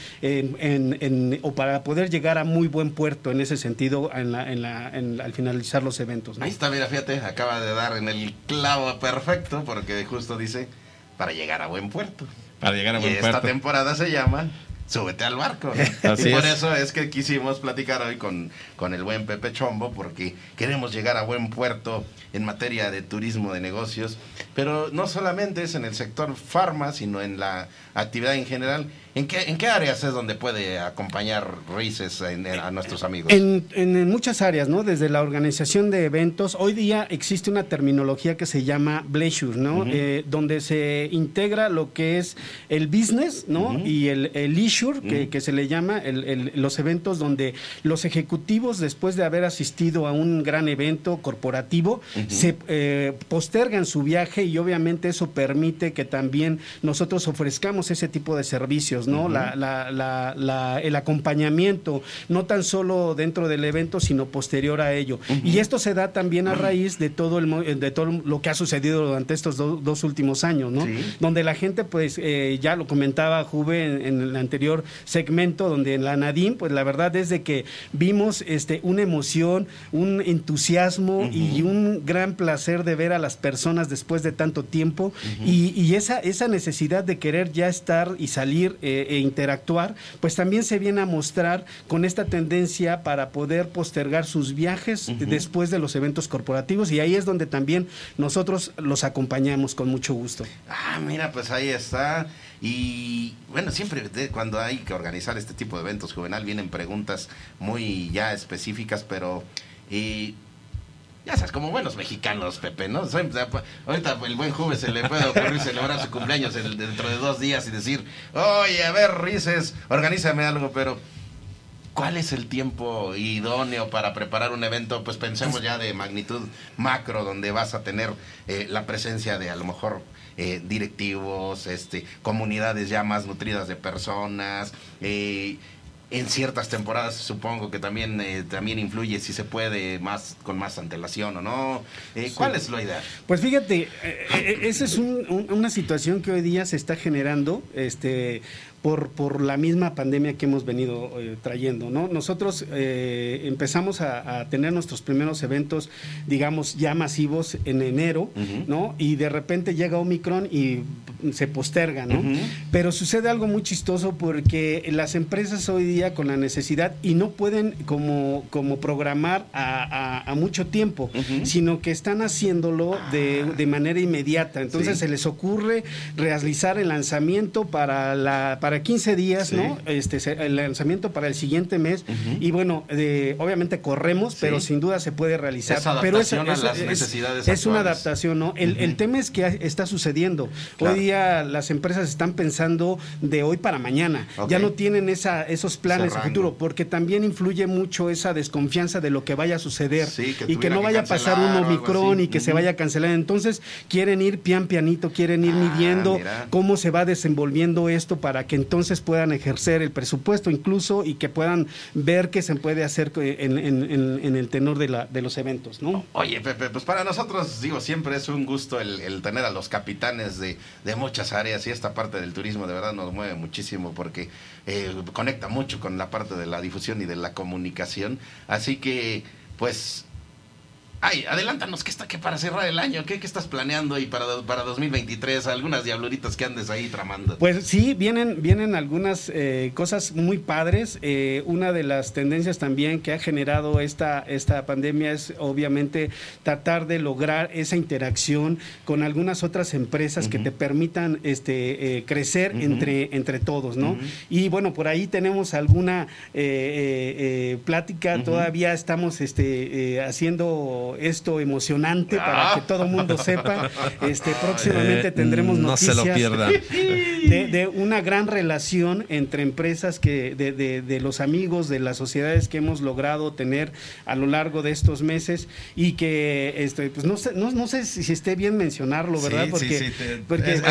o para poder llegar a muy buen puerto en ese sentido al finalizar los eventos, ¿no? Ahí está, mira, fíjate, acaba de dar en el clavo perfecto porque justo dice para llegar a buen puerto. Para llegar a buen puerto. Esta temporada se llama Súbete al barco, ¿no? Y por eso es que quisimos platicar hoy con el buen Pepe Chombo, porque queremos llegar a buen puerto en materia de turismo de negocios, pero no solamente es en el sector farma, sino en la actividad en general. ¿En qué áreas es donde puede acompañar Rices a nuestros amigos? En muchas áreas, ¿no? Desde la organización de eventos. Hoy día existe una terminología que se llama Bleisure, ¿no? Donde se integra lo que es el business, ¿no? Y el leisure, que se le llama, los eventos donde los ejecutivos, después de haber asistido a un gran evento corporativo, se postergan su viaje y obviamente eso permite que también nosotros ofrezcamos ese tipo de servicios, servicios, ¿no? El acompañamiento, no tan solo dentro del evento, sino posterior a ello. Y esto se da también a raíz de todo lo que ha sucedido durante estos dos últimos años, ¿no? Sí. Donde la gente, pues, ya lo comentaba Juve en el anterior segmento, donde en la Nadim, pues la verdad es de que vimos una emoción, un entusiasmo y un gran placer de ver a las personas después de tanto tiempo y esa necesidad de querer ya estar y salir e interactuar, pues también se viene a mostrar con esta tendencia para poder postergar sus viajes después de los eventos corporativos, y ahí es donde también nosotros los acompañamos con mucho gusto. Mira, pues ahí está. Y bueno, siempre cuando hay que organizar este tipo de eventos, Juvenal, vienen preguntas muy ya específicas, pero ya sabes, como buenos mexicanos, Pepe, ¿no? Ahorita el buen Juve se le puede ocurrir celebrar su cumpleaños dentro de 2 días y decir, oye, a ver, Rices, organízame algo, pero ¿cuál es el tiempo idóneo para preparar un evento? Pues pensemos ya de magnitud macro, donde vas a tener la presencia de a lo mejor directivos, comunidades ya más nutridas de personas, en ciertas temporadas supongo que también influye si se puede con más antelación o no. ¿Cuál es la idea? Pues fíjate, esa es una situación que hoy día se está generando por la misma pandemia que hemos venido trayendo, ¿no? Nosotros empezamos a tener nuestros primeros eventos, digamos, ya masivos en enero, ¿no? Y de repente llega Omicron y se posterga, ¿no? Pero sucede algo muy chistoso porque las empresas hoy día con la necesidad y no pueden como programar a mucho tiempo, sino que están haciéndolo de manera inmediata. Entonces se les ocurre realizar el lanzamiento para 15 días, ¿no? El lanzamiento para el siguiente mes, y bueno, obviamente corremos, pero sin duda se puede realizar. Esa adaptación a las necesidades es una adaptación, ¿no? El tema es que está sucediendo. Claro. Hoy día las empresas están pensando de hoy para mañana. Ya no tienen esos planes a futuro, porque también influye mucho esa desconfianza de lo que vaya a suceder y que no vaya a pasar un Omicron y que se vaya a cancelar. Entonces quieren ir pianito, quieren ir midiendo cómo se va desenvolviendo esto para que entonces puedan ejercer el presupuesto incluso y que puedan ver qué se puede hacer en el tenor de los eventos, ¿no? Oye, Pepe, pues para nosotros, digo, siempre es un gusto el tener a los capitanes de muchas áreas, y esta parte del turismo de verdad nos mueve muchísimo porque conecta mucho con la parte de la difusión y de la comunicación. Así que, pues, adelántanos, ¿qué para cerrar el año? ¿Qué estás planeando y para 2023? Algunas diabluritas que andes ahí tramando. Pues sí, vienen algunas cosas muy padres. Una de las tendencias también que ha generado esta pandemia es obviamente tratar de lograr esa interacción con algunas otras empresas que te permitan crecer entre todos, ¿no? Y bueno, por ahí tenemos alguna plática, todavía estamos haciendo esto emocionante para que todo el mundo sepa. Próximamente tendremos noticias. No se lo pierdan. De una gran relación entre empresas de los amigos, de las sociedades que hemos logrado tener a lo largo de estos meses, y que pues no sé si esté bien mencionarlo, ¿verdad? Porque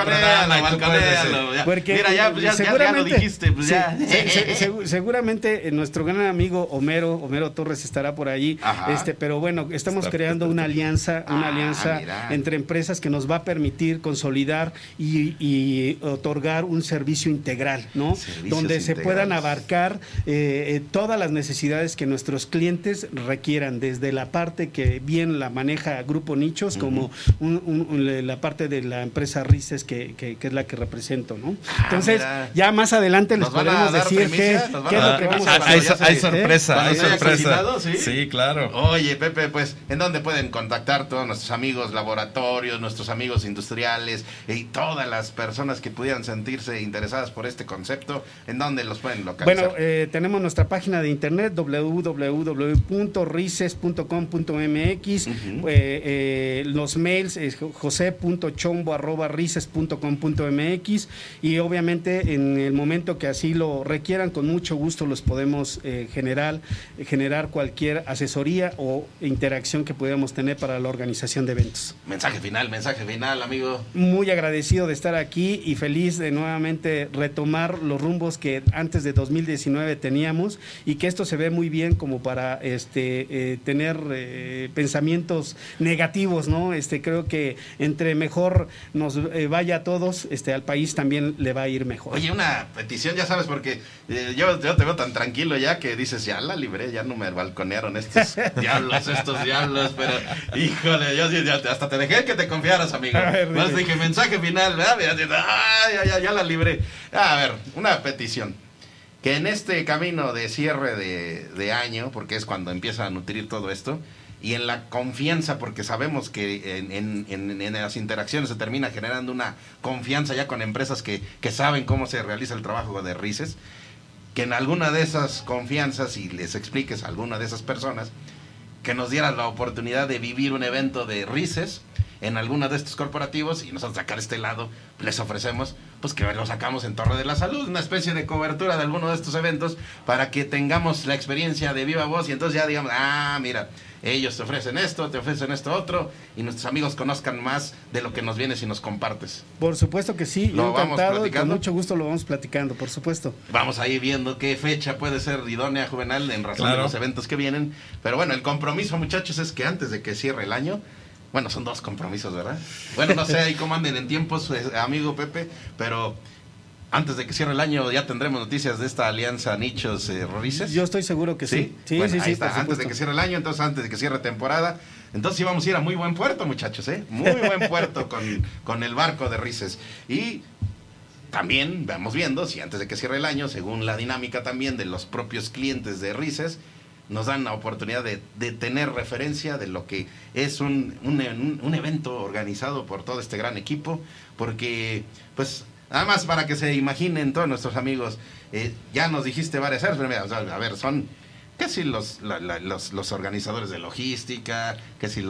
mira, ya lo dijiste, pues ya. Seguramente nuestro gran amigo Homero Torres estará por allí. Pero bueno, estamos creando una alianza entre empresas que nos va a permitir consolidar y otorgar un servicio integral, ¿no? Donde se puedan abarcar todas las necesidades que nuestros clientes requieran, desde la parte que bien la maneja Grupo Nichos, como la parte de la empresa Rices, que es la que represento, ¿no? Entonces, ya más adelante les podremos decir qué es lo que vamos a hacer. Hay sorpresa. Sí, claro. Oye, Pepe, pues, ¿en dónde pueden contactar todos nuestros amigos laboratorios, nuestros amigos industriales y todas las personas que pudieran sentirse interesadas por este concepto? ¿En dónde los pueden localizar? Bueno, tenemos nuestra página de internet www.rices.com.mx, los mails es jose.chombo@rices.com.mx, y obviamente en el momento que así lo requieran, con mucho gusto los podemos generar cualquier asesoría o interacción interacción que pudiéramos tener para la organización de eventos. Mensaje final, amigo. Muy agradecido de estar aquí y feliz de nuevamente retomar los rumbos que antes de 2019 teníamos, y que esto se ve muy bien como para tener pensamientos negativos, ¿no? Creo que entre mejor nos vaya a todos, al país también le va a ir mejor. Oye, una petición, ya sabes, porque yo te veo tan tranquilo ya que dices, ya la libré, ya no me balconearon estos diablos, pero híjole, yo hasta te dejé que te confiaras, amigo. Más dije, mensaje final, ¿verdad? Ya la libré. A ver, una petición. Que en este camino de cierre de año, porque es cuando empieza a nutrir todo esto, y en la confianza, porque sabemos que en las interacciones se termina generando una confianza ya con empresas que saben cómo se realiza el trabajo de RICES, que en alguna de esas confianzas, y les expliques a alguna de esas personas, que nos dieran la oportunidad de vivir un evento de RICES en alguno de estos corporativos, y nosotros acá de este lado les ofrecemos pues que lo sacamos en Torre de la Salud, una especie de cobertura de alguno de estos eventos, para que tengamos la experiencia de viva voz, y entonces ya digamos, mira, ellos te ofrecen esto otro, y nuestros amigos conozcan más de lo que nos vienes y nos compartes. Por supuesto que sí, lo vamos platicando. Y con mucho gusto lo vamos platicando, por supuesto. Vamos ahí viendo qué fecha puede ser idónea, Juvenal, en razón de los eventos que vienen. Pero bueno, el compromiso, muchachos, es que antes de que cierre el año, bueno, son 2 compromisos, ¿verdad? Bueno, no sé ahí cómo anden en tiempos, amigo Pepe, pero antes de que cierre el año ya tendremos noticias de esta alianza Nichos RICES. Yo estoy seguro que sí. Sí, bueno, ahí sí, está, antes de que cierre el año, entonces antes de que cierre temporada. Entonces sí vamos a ir a muy buen puerto, muchachos, muy buen puerto con el barco de RICES. Y también vamos viendo si antes de que cierre el año, según la dinámica también de los propios clientes de RICES, nos dan la oportunidad de tener referencia de lo que es un evento organizado por todo este gran equipo, porque, pues, nada más para que se imaginen todos nuestros amigos, ya nos dijiste varias veces, pero mira, a ver, son, ¿qué si los organizadores de logística? ¿Qué si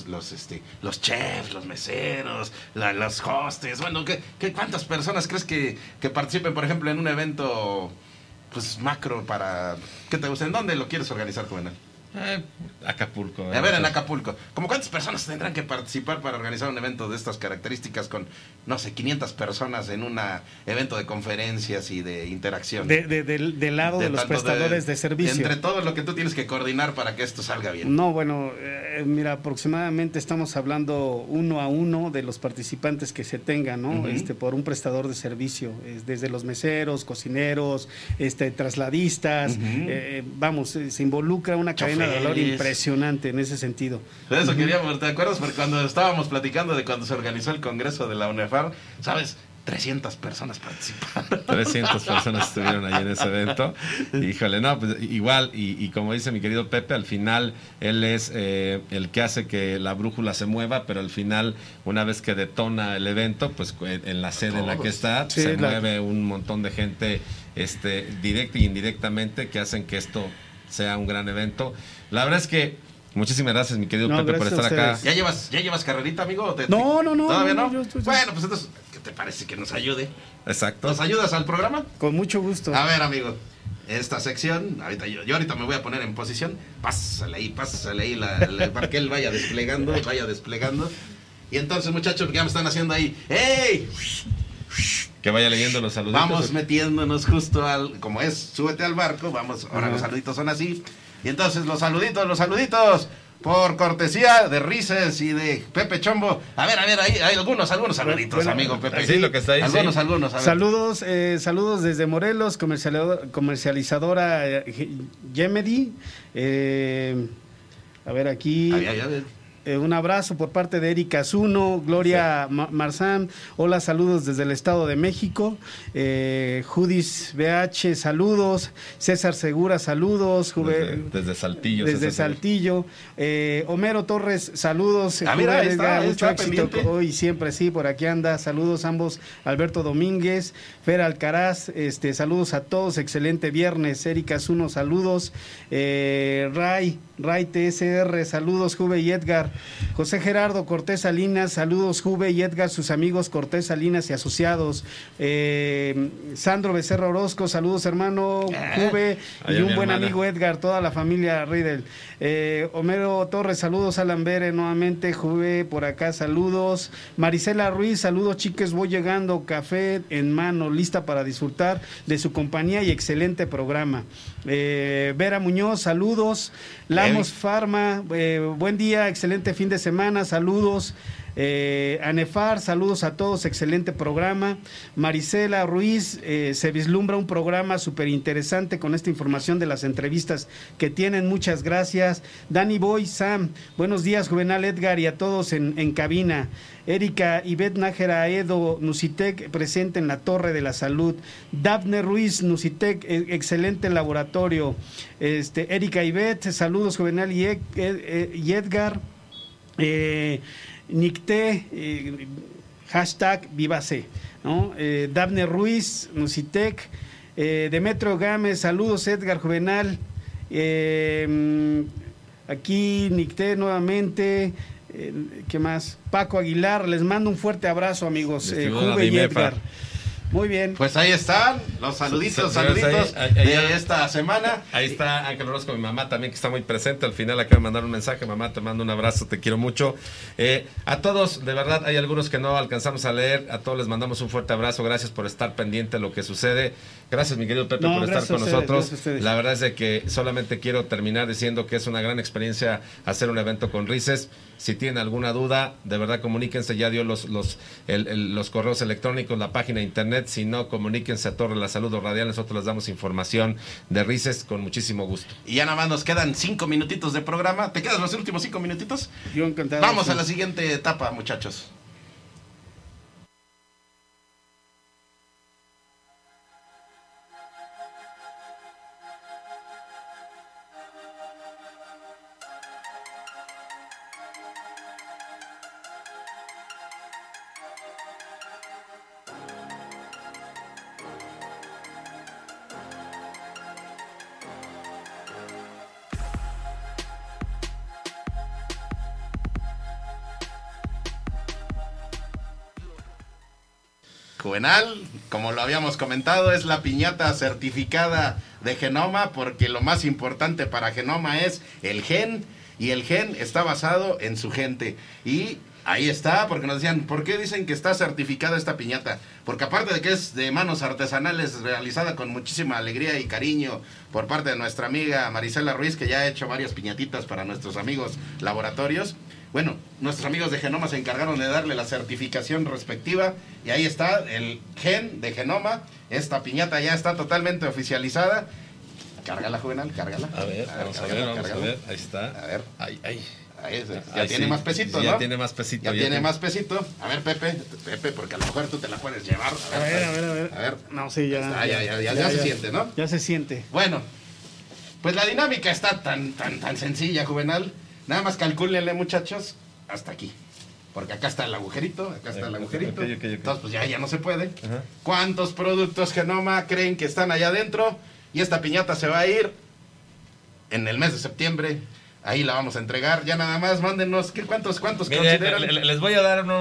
los chefs, los meseros, los hostes? Bueno, ¿cuántas personas crees que participen, por ejemplo, en un evento pues macro para... ¿Qué te gusta? ¿En dónde lo quieres organizar, Juvenal? Acapulco. A ver, en Acapulco. ¿Cómo cuántas personas tendrán que participar para organizar un evento de estas características con, no sé, 500 personas en un evento de conferencias y de interacción? Del lado de los prestadores de servicio. Entre todo lo que tú tienes que coordinar para que esto salga bien. No, bueno, mira, aproximadamente estamos hablando 1 a 1 de los participantes que se tengan, ¿no? Por un prestador de servicio, desde los meseros, cocineros, trasladistas, vamos, se involucra una cadena de valor impresionante en ese sentido. Eso queríamos, ¿te acuerdas? Porque cuando estábamos platicando de cuando se organizó el congreso de la UNEFAR, ¿sabes? 300 personas participaron. 300 personas estuvieron ahí en ese evento. Híjole, no, pues igual, y como dice mi querido Pepe, al final él es el que hace que la brújula se mueva, pero al final, una vez que detona el evento, pues en la sede en la que está, se mueve un montón de gente directa e indirectamente que hacen que esto sea un gran evento. La verdad es que muchísimas gracias, mi querido Pepe, por estar acá. ¿Ya llevas carrerita, amigo? No. ¿Todavía no? Bueno, pues entonces, ¿qué te parece que nos ayude? Exacto. ¿Nos ayudas al programa? Con mucho gusto. A ver, amigo, esta sección, yo ahorita me voy a poner en posición. Pásale ahí para que él vaya desplegando. Y entonces, muchachos, ya me están haciendo ahí, ¡hey! Que vaya leyendo los saluditos. Vamos metiéndonos justo como es, súbete al barco, vamos, ahora los saluditos son así. Y entonces los saluditos, por cortesía de RICES y de Pepe Chombo. A ver, ahí hay algunos saluditos, amigo Pepe. Sí, lo que está ahí. Algunos. A ver. Saludos desde Morelos, comercializadora Yemedi. A ver aquí. Un abrazo por parte de Erika Zuno, Gloria Marzán, hola, saludos desde el Estado de México, Judis BH, saludos, César Segura, saludos, desde Saltillo. Desde Saltillo, Homero Torres, saludos, mira, mucho éxito hoy siempre, sí, por aquí anda, saludos ambos, Alberto Domínguez, Fer Alcaraz, saludos a todos, excelente viernes, Erika Zuno, saludos, Ray TSR, saludos, Juve y Edgar. José Gerardo Cortés Salinas, saludos Juve y Edgar, sus amigos Cortés Salinas y asociados. Sandro Becerra Orozco, saludos hermano Juve y un buen amigo Edgar, toda la familia Riedel. Homero Torres, saludos Alan Bere, nuevamente Juve por acá, saludos. Marisela Ruiz, saludos chiques, voy llegando, café en mano, lista para disfrutar de su compañía y excelente programa. Vera Muñoz, saludos. Lamos Farma, buen día, excelente fin de semana, saludos. Anefar, saludos a todos, excelente programa. Marisela Ruiz, se vislumbra un programa súper interesante con esta información de las entrevistas que tienen, muchas gracias. Dani Boy, Sam, buenos días Juvenal, Edgar y a todos en cabina. Erika Ivette Nájera Edo, Nusitec, presente en la Torre de la Salud. Dafne Ruiz, Nusitec, excelente laboratorio. Erika Ivette, saludos Juvenal y Edgar. Nicté, hashtag Vivase, ¿no? Dafne Ruiz, Nusitec. Demetrio Gámez, saludos Edgar Juvenal. Aquí Nicté nuevamente. ¿Qué más? Paco Aguilar, les mando un fuerte abrazo, amigos. Juve y Edgar. Muy bien. Pues ahí están los saluditos de esta semana. Ahí está Ángel Orozco, mi mamá también, que está muy presente. Al final acaba de mandar un mensaje. Mamá, te mando un abrazo, te quiero mucho. A todos, de verdad, hay algunos que no alcanzamos a leer. A todos les mandamos un fuerte abrazo. Gracias por estar pendiente de lo que sucede. Gracias, mi querido Pepe, por estar con nosotros. La verdad es de que solamente quiero terminar diciendo que es una gran experiencia hacer un evento con Rices. Si tienen alguna duda, de verdad comuníquense, ya dio los correos electrónicos, la página de internet. Si no, comuníquense a Torre de la Salud o Radial, nosotros les damos información de Rices con muchísimo gusto. Y ya nada más nos quedan 5 minutitos de programa. ¿Te quedan los últimos 5 minutitos? Yo encantado. Vamos a la siguiente etapa, muchachos. Juvenal, como lo habíamos comentado, es la piñata certificada de Genoma, porque lo más importante para Genoma es el gen, y el gen está basado en su gente. Y ahí está, porque nos decían, ¿por qué dicen que está certificada esta piñata? Porque aparte de que es de manos artesanales, realizada con muchísima alegría y cariño por parte de nuestra amiga Marisela Ruiz, que ya ha hecho varias piñatitas para nuestros amigos laboratorios. Bueno, nuestros amigos de Genoma se encargaron de darle la certificación respectiva, y ahí está el gen de Genoma. Esta piñata ya está totalmente oficializada. Cárgala, Juvenal, cárgala. A ver, vamos a ver, ahí está. A ver, ahí. Ya tiene más pesito, ¿no? Ya tiene más pesito. Ya tiene más pesito. A ver, Pepe, porque a lo mejor tú te la puedes llevar. A ver. No, sí, ya. Ya se siente, ¿no? Ya se siente. Bueno, pues la dinámica está tan sencilla, Juvenal. Nada más calcúlenle, muchachos, hasta aquí. Porque acá está el agujerito, Okay. Entonces, pues ya no se puede. Ajá. ¿Cuántos productos Genoma creen que están allá adentro? Y esta piñata se va a ir en el mes de septiembre. Ahí la vamos a entregar. Ya nada más, mándenos. ¿Cuántos consideran? Les voy a dar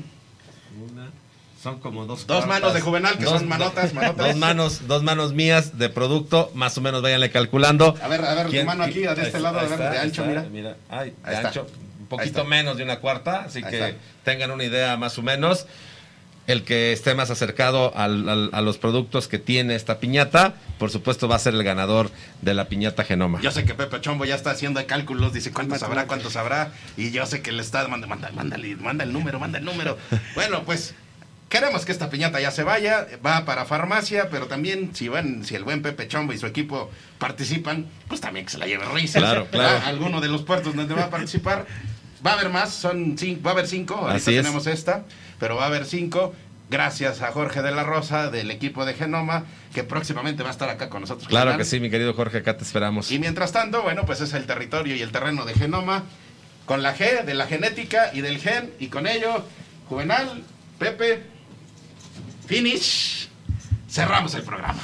son como dos manos de Juvenal, que son manotas. Dos manos mías de producto, más o menos váyanle calculando. A ver, tu mano aquí, de este lado, de ancho, mira. De ancho, un poquito menos de una cuarta, así que tengan una idea más o menos. El que esté más acercado a los productos que tiene esta piñata, por supuesto va a ser el ganador de la piñata Genoma. Yo sé que Pepe Chombo ya está haciendo cálculos, dice cuánto sabrá, y yo sé que le está, manda el número. Bueno, pues queremos que esta piñata ya se vaya, va para farmacia, pero también si el buen Pepe Chombo y su equipo participan, pues también que se la lleve Rices. Claro. Alguno de los puertos donde va a participar. Va a haber más, va a haber 5, ahorita tenemos esta, pero va a haber 5, gracias a Jorge de la Rosa, del equipo de Genoma, que próximamente va a estar acá con nosotros. Claro que sí, mi querido Jorge, acá te esperamos. Y mientras tanto, bueno, pues es el territorio y el terreno de Genoma, con la G, de la genética y del gen, y con ello, Juvenal, Pepe, finish, cerramos el programa.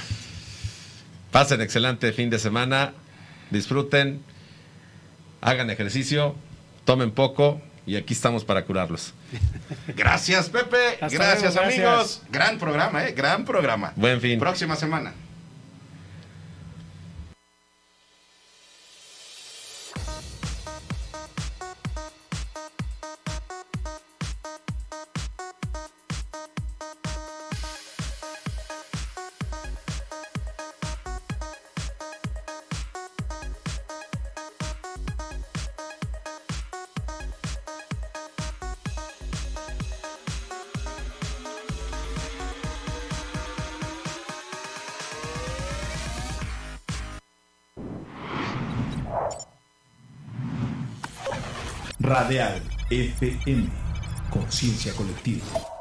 Pasen excelente fin de semana, disfruten, hagan ejercicio, tomen poco y aquí estamos para curarlos. Gracias, Pepe. Gracias, amigos. Gran programa, gran programa. Buen fin. Próxima semana. Radial FM, conciencia colectiva.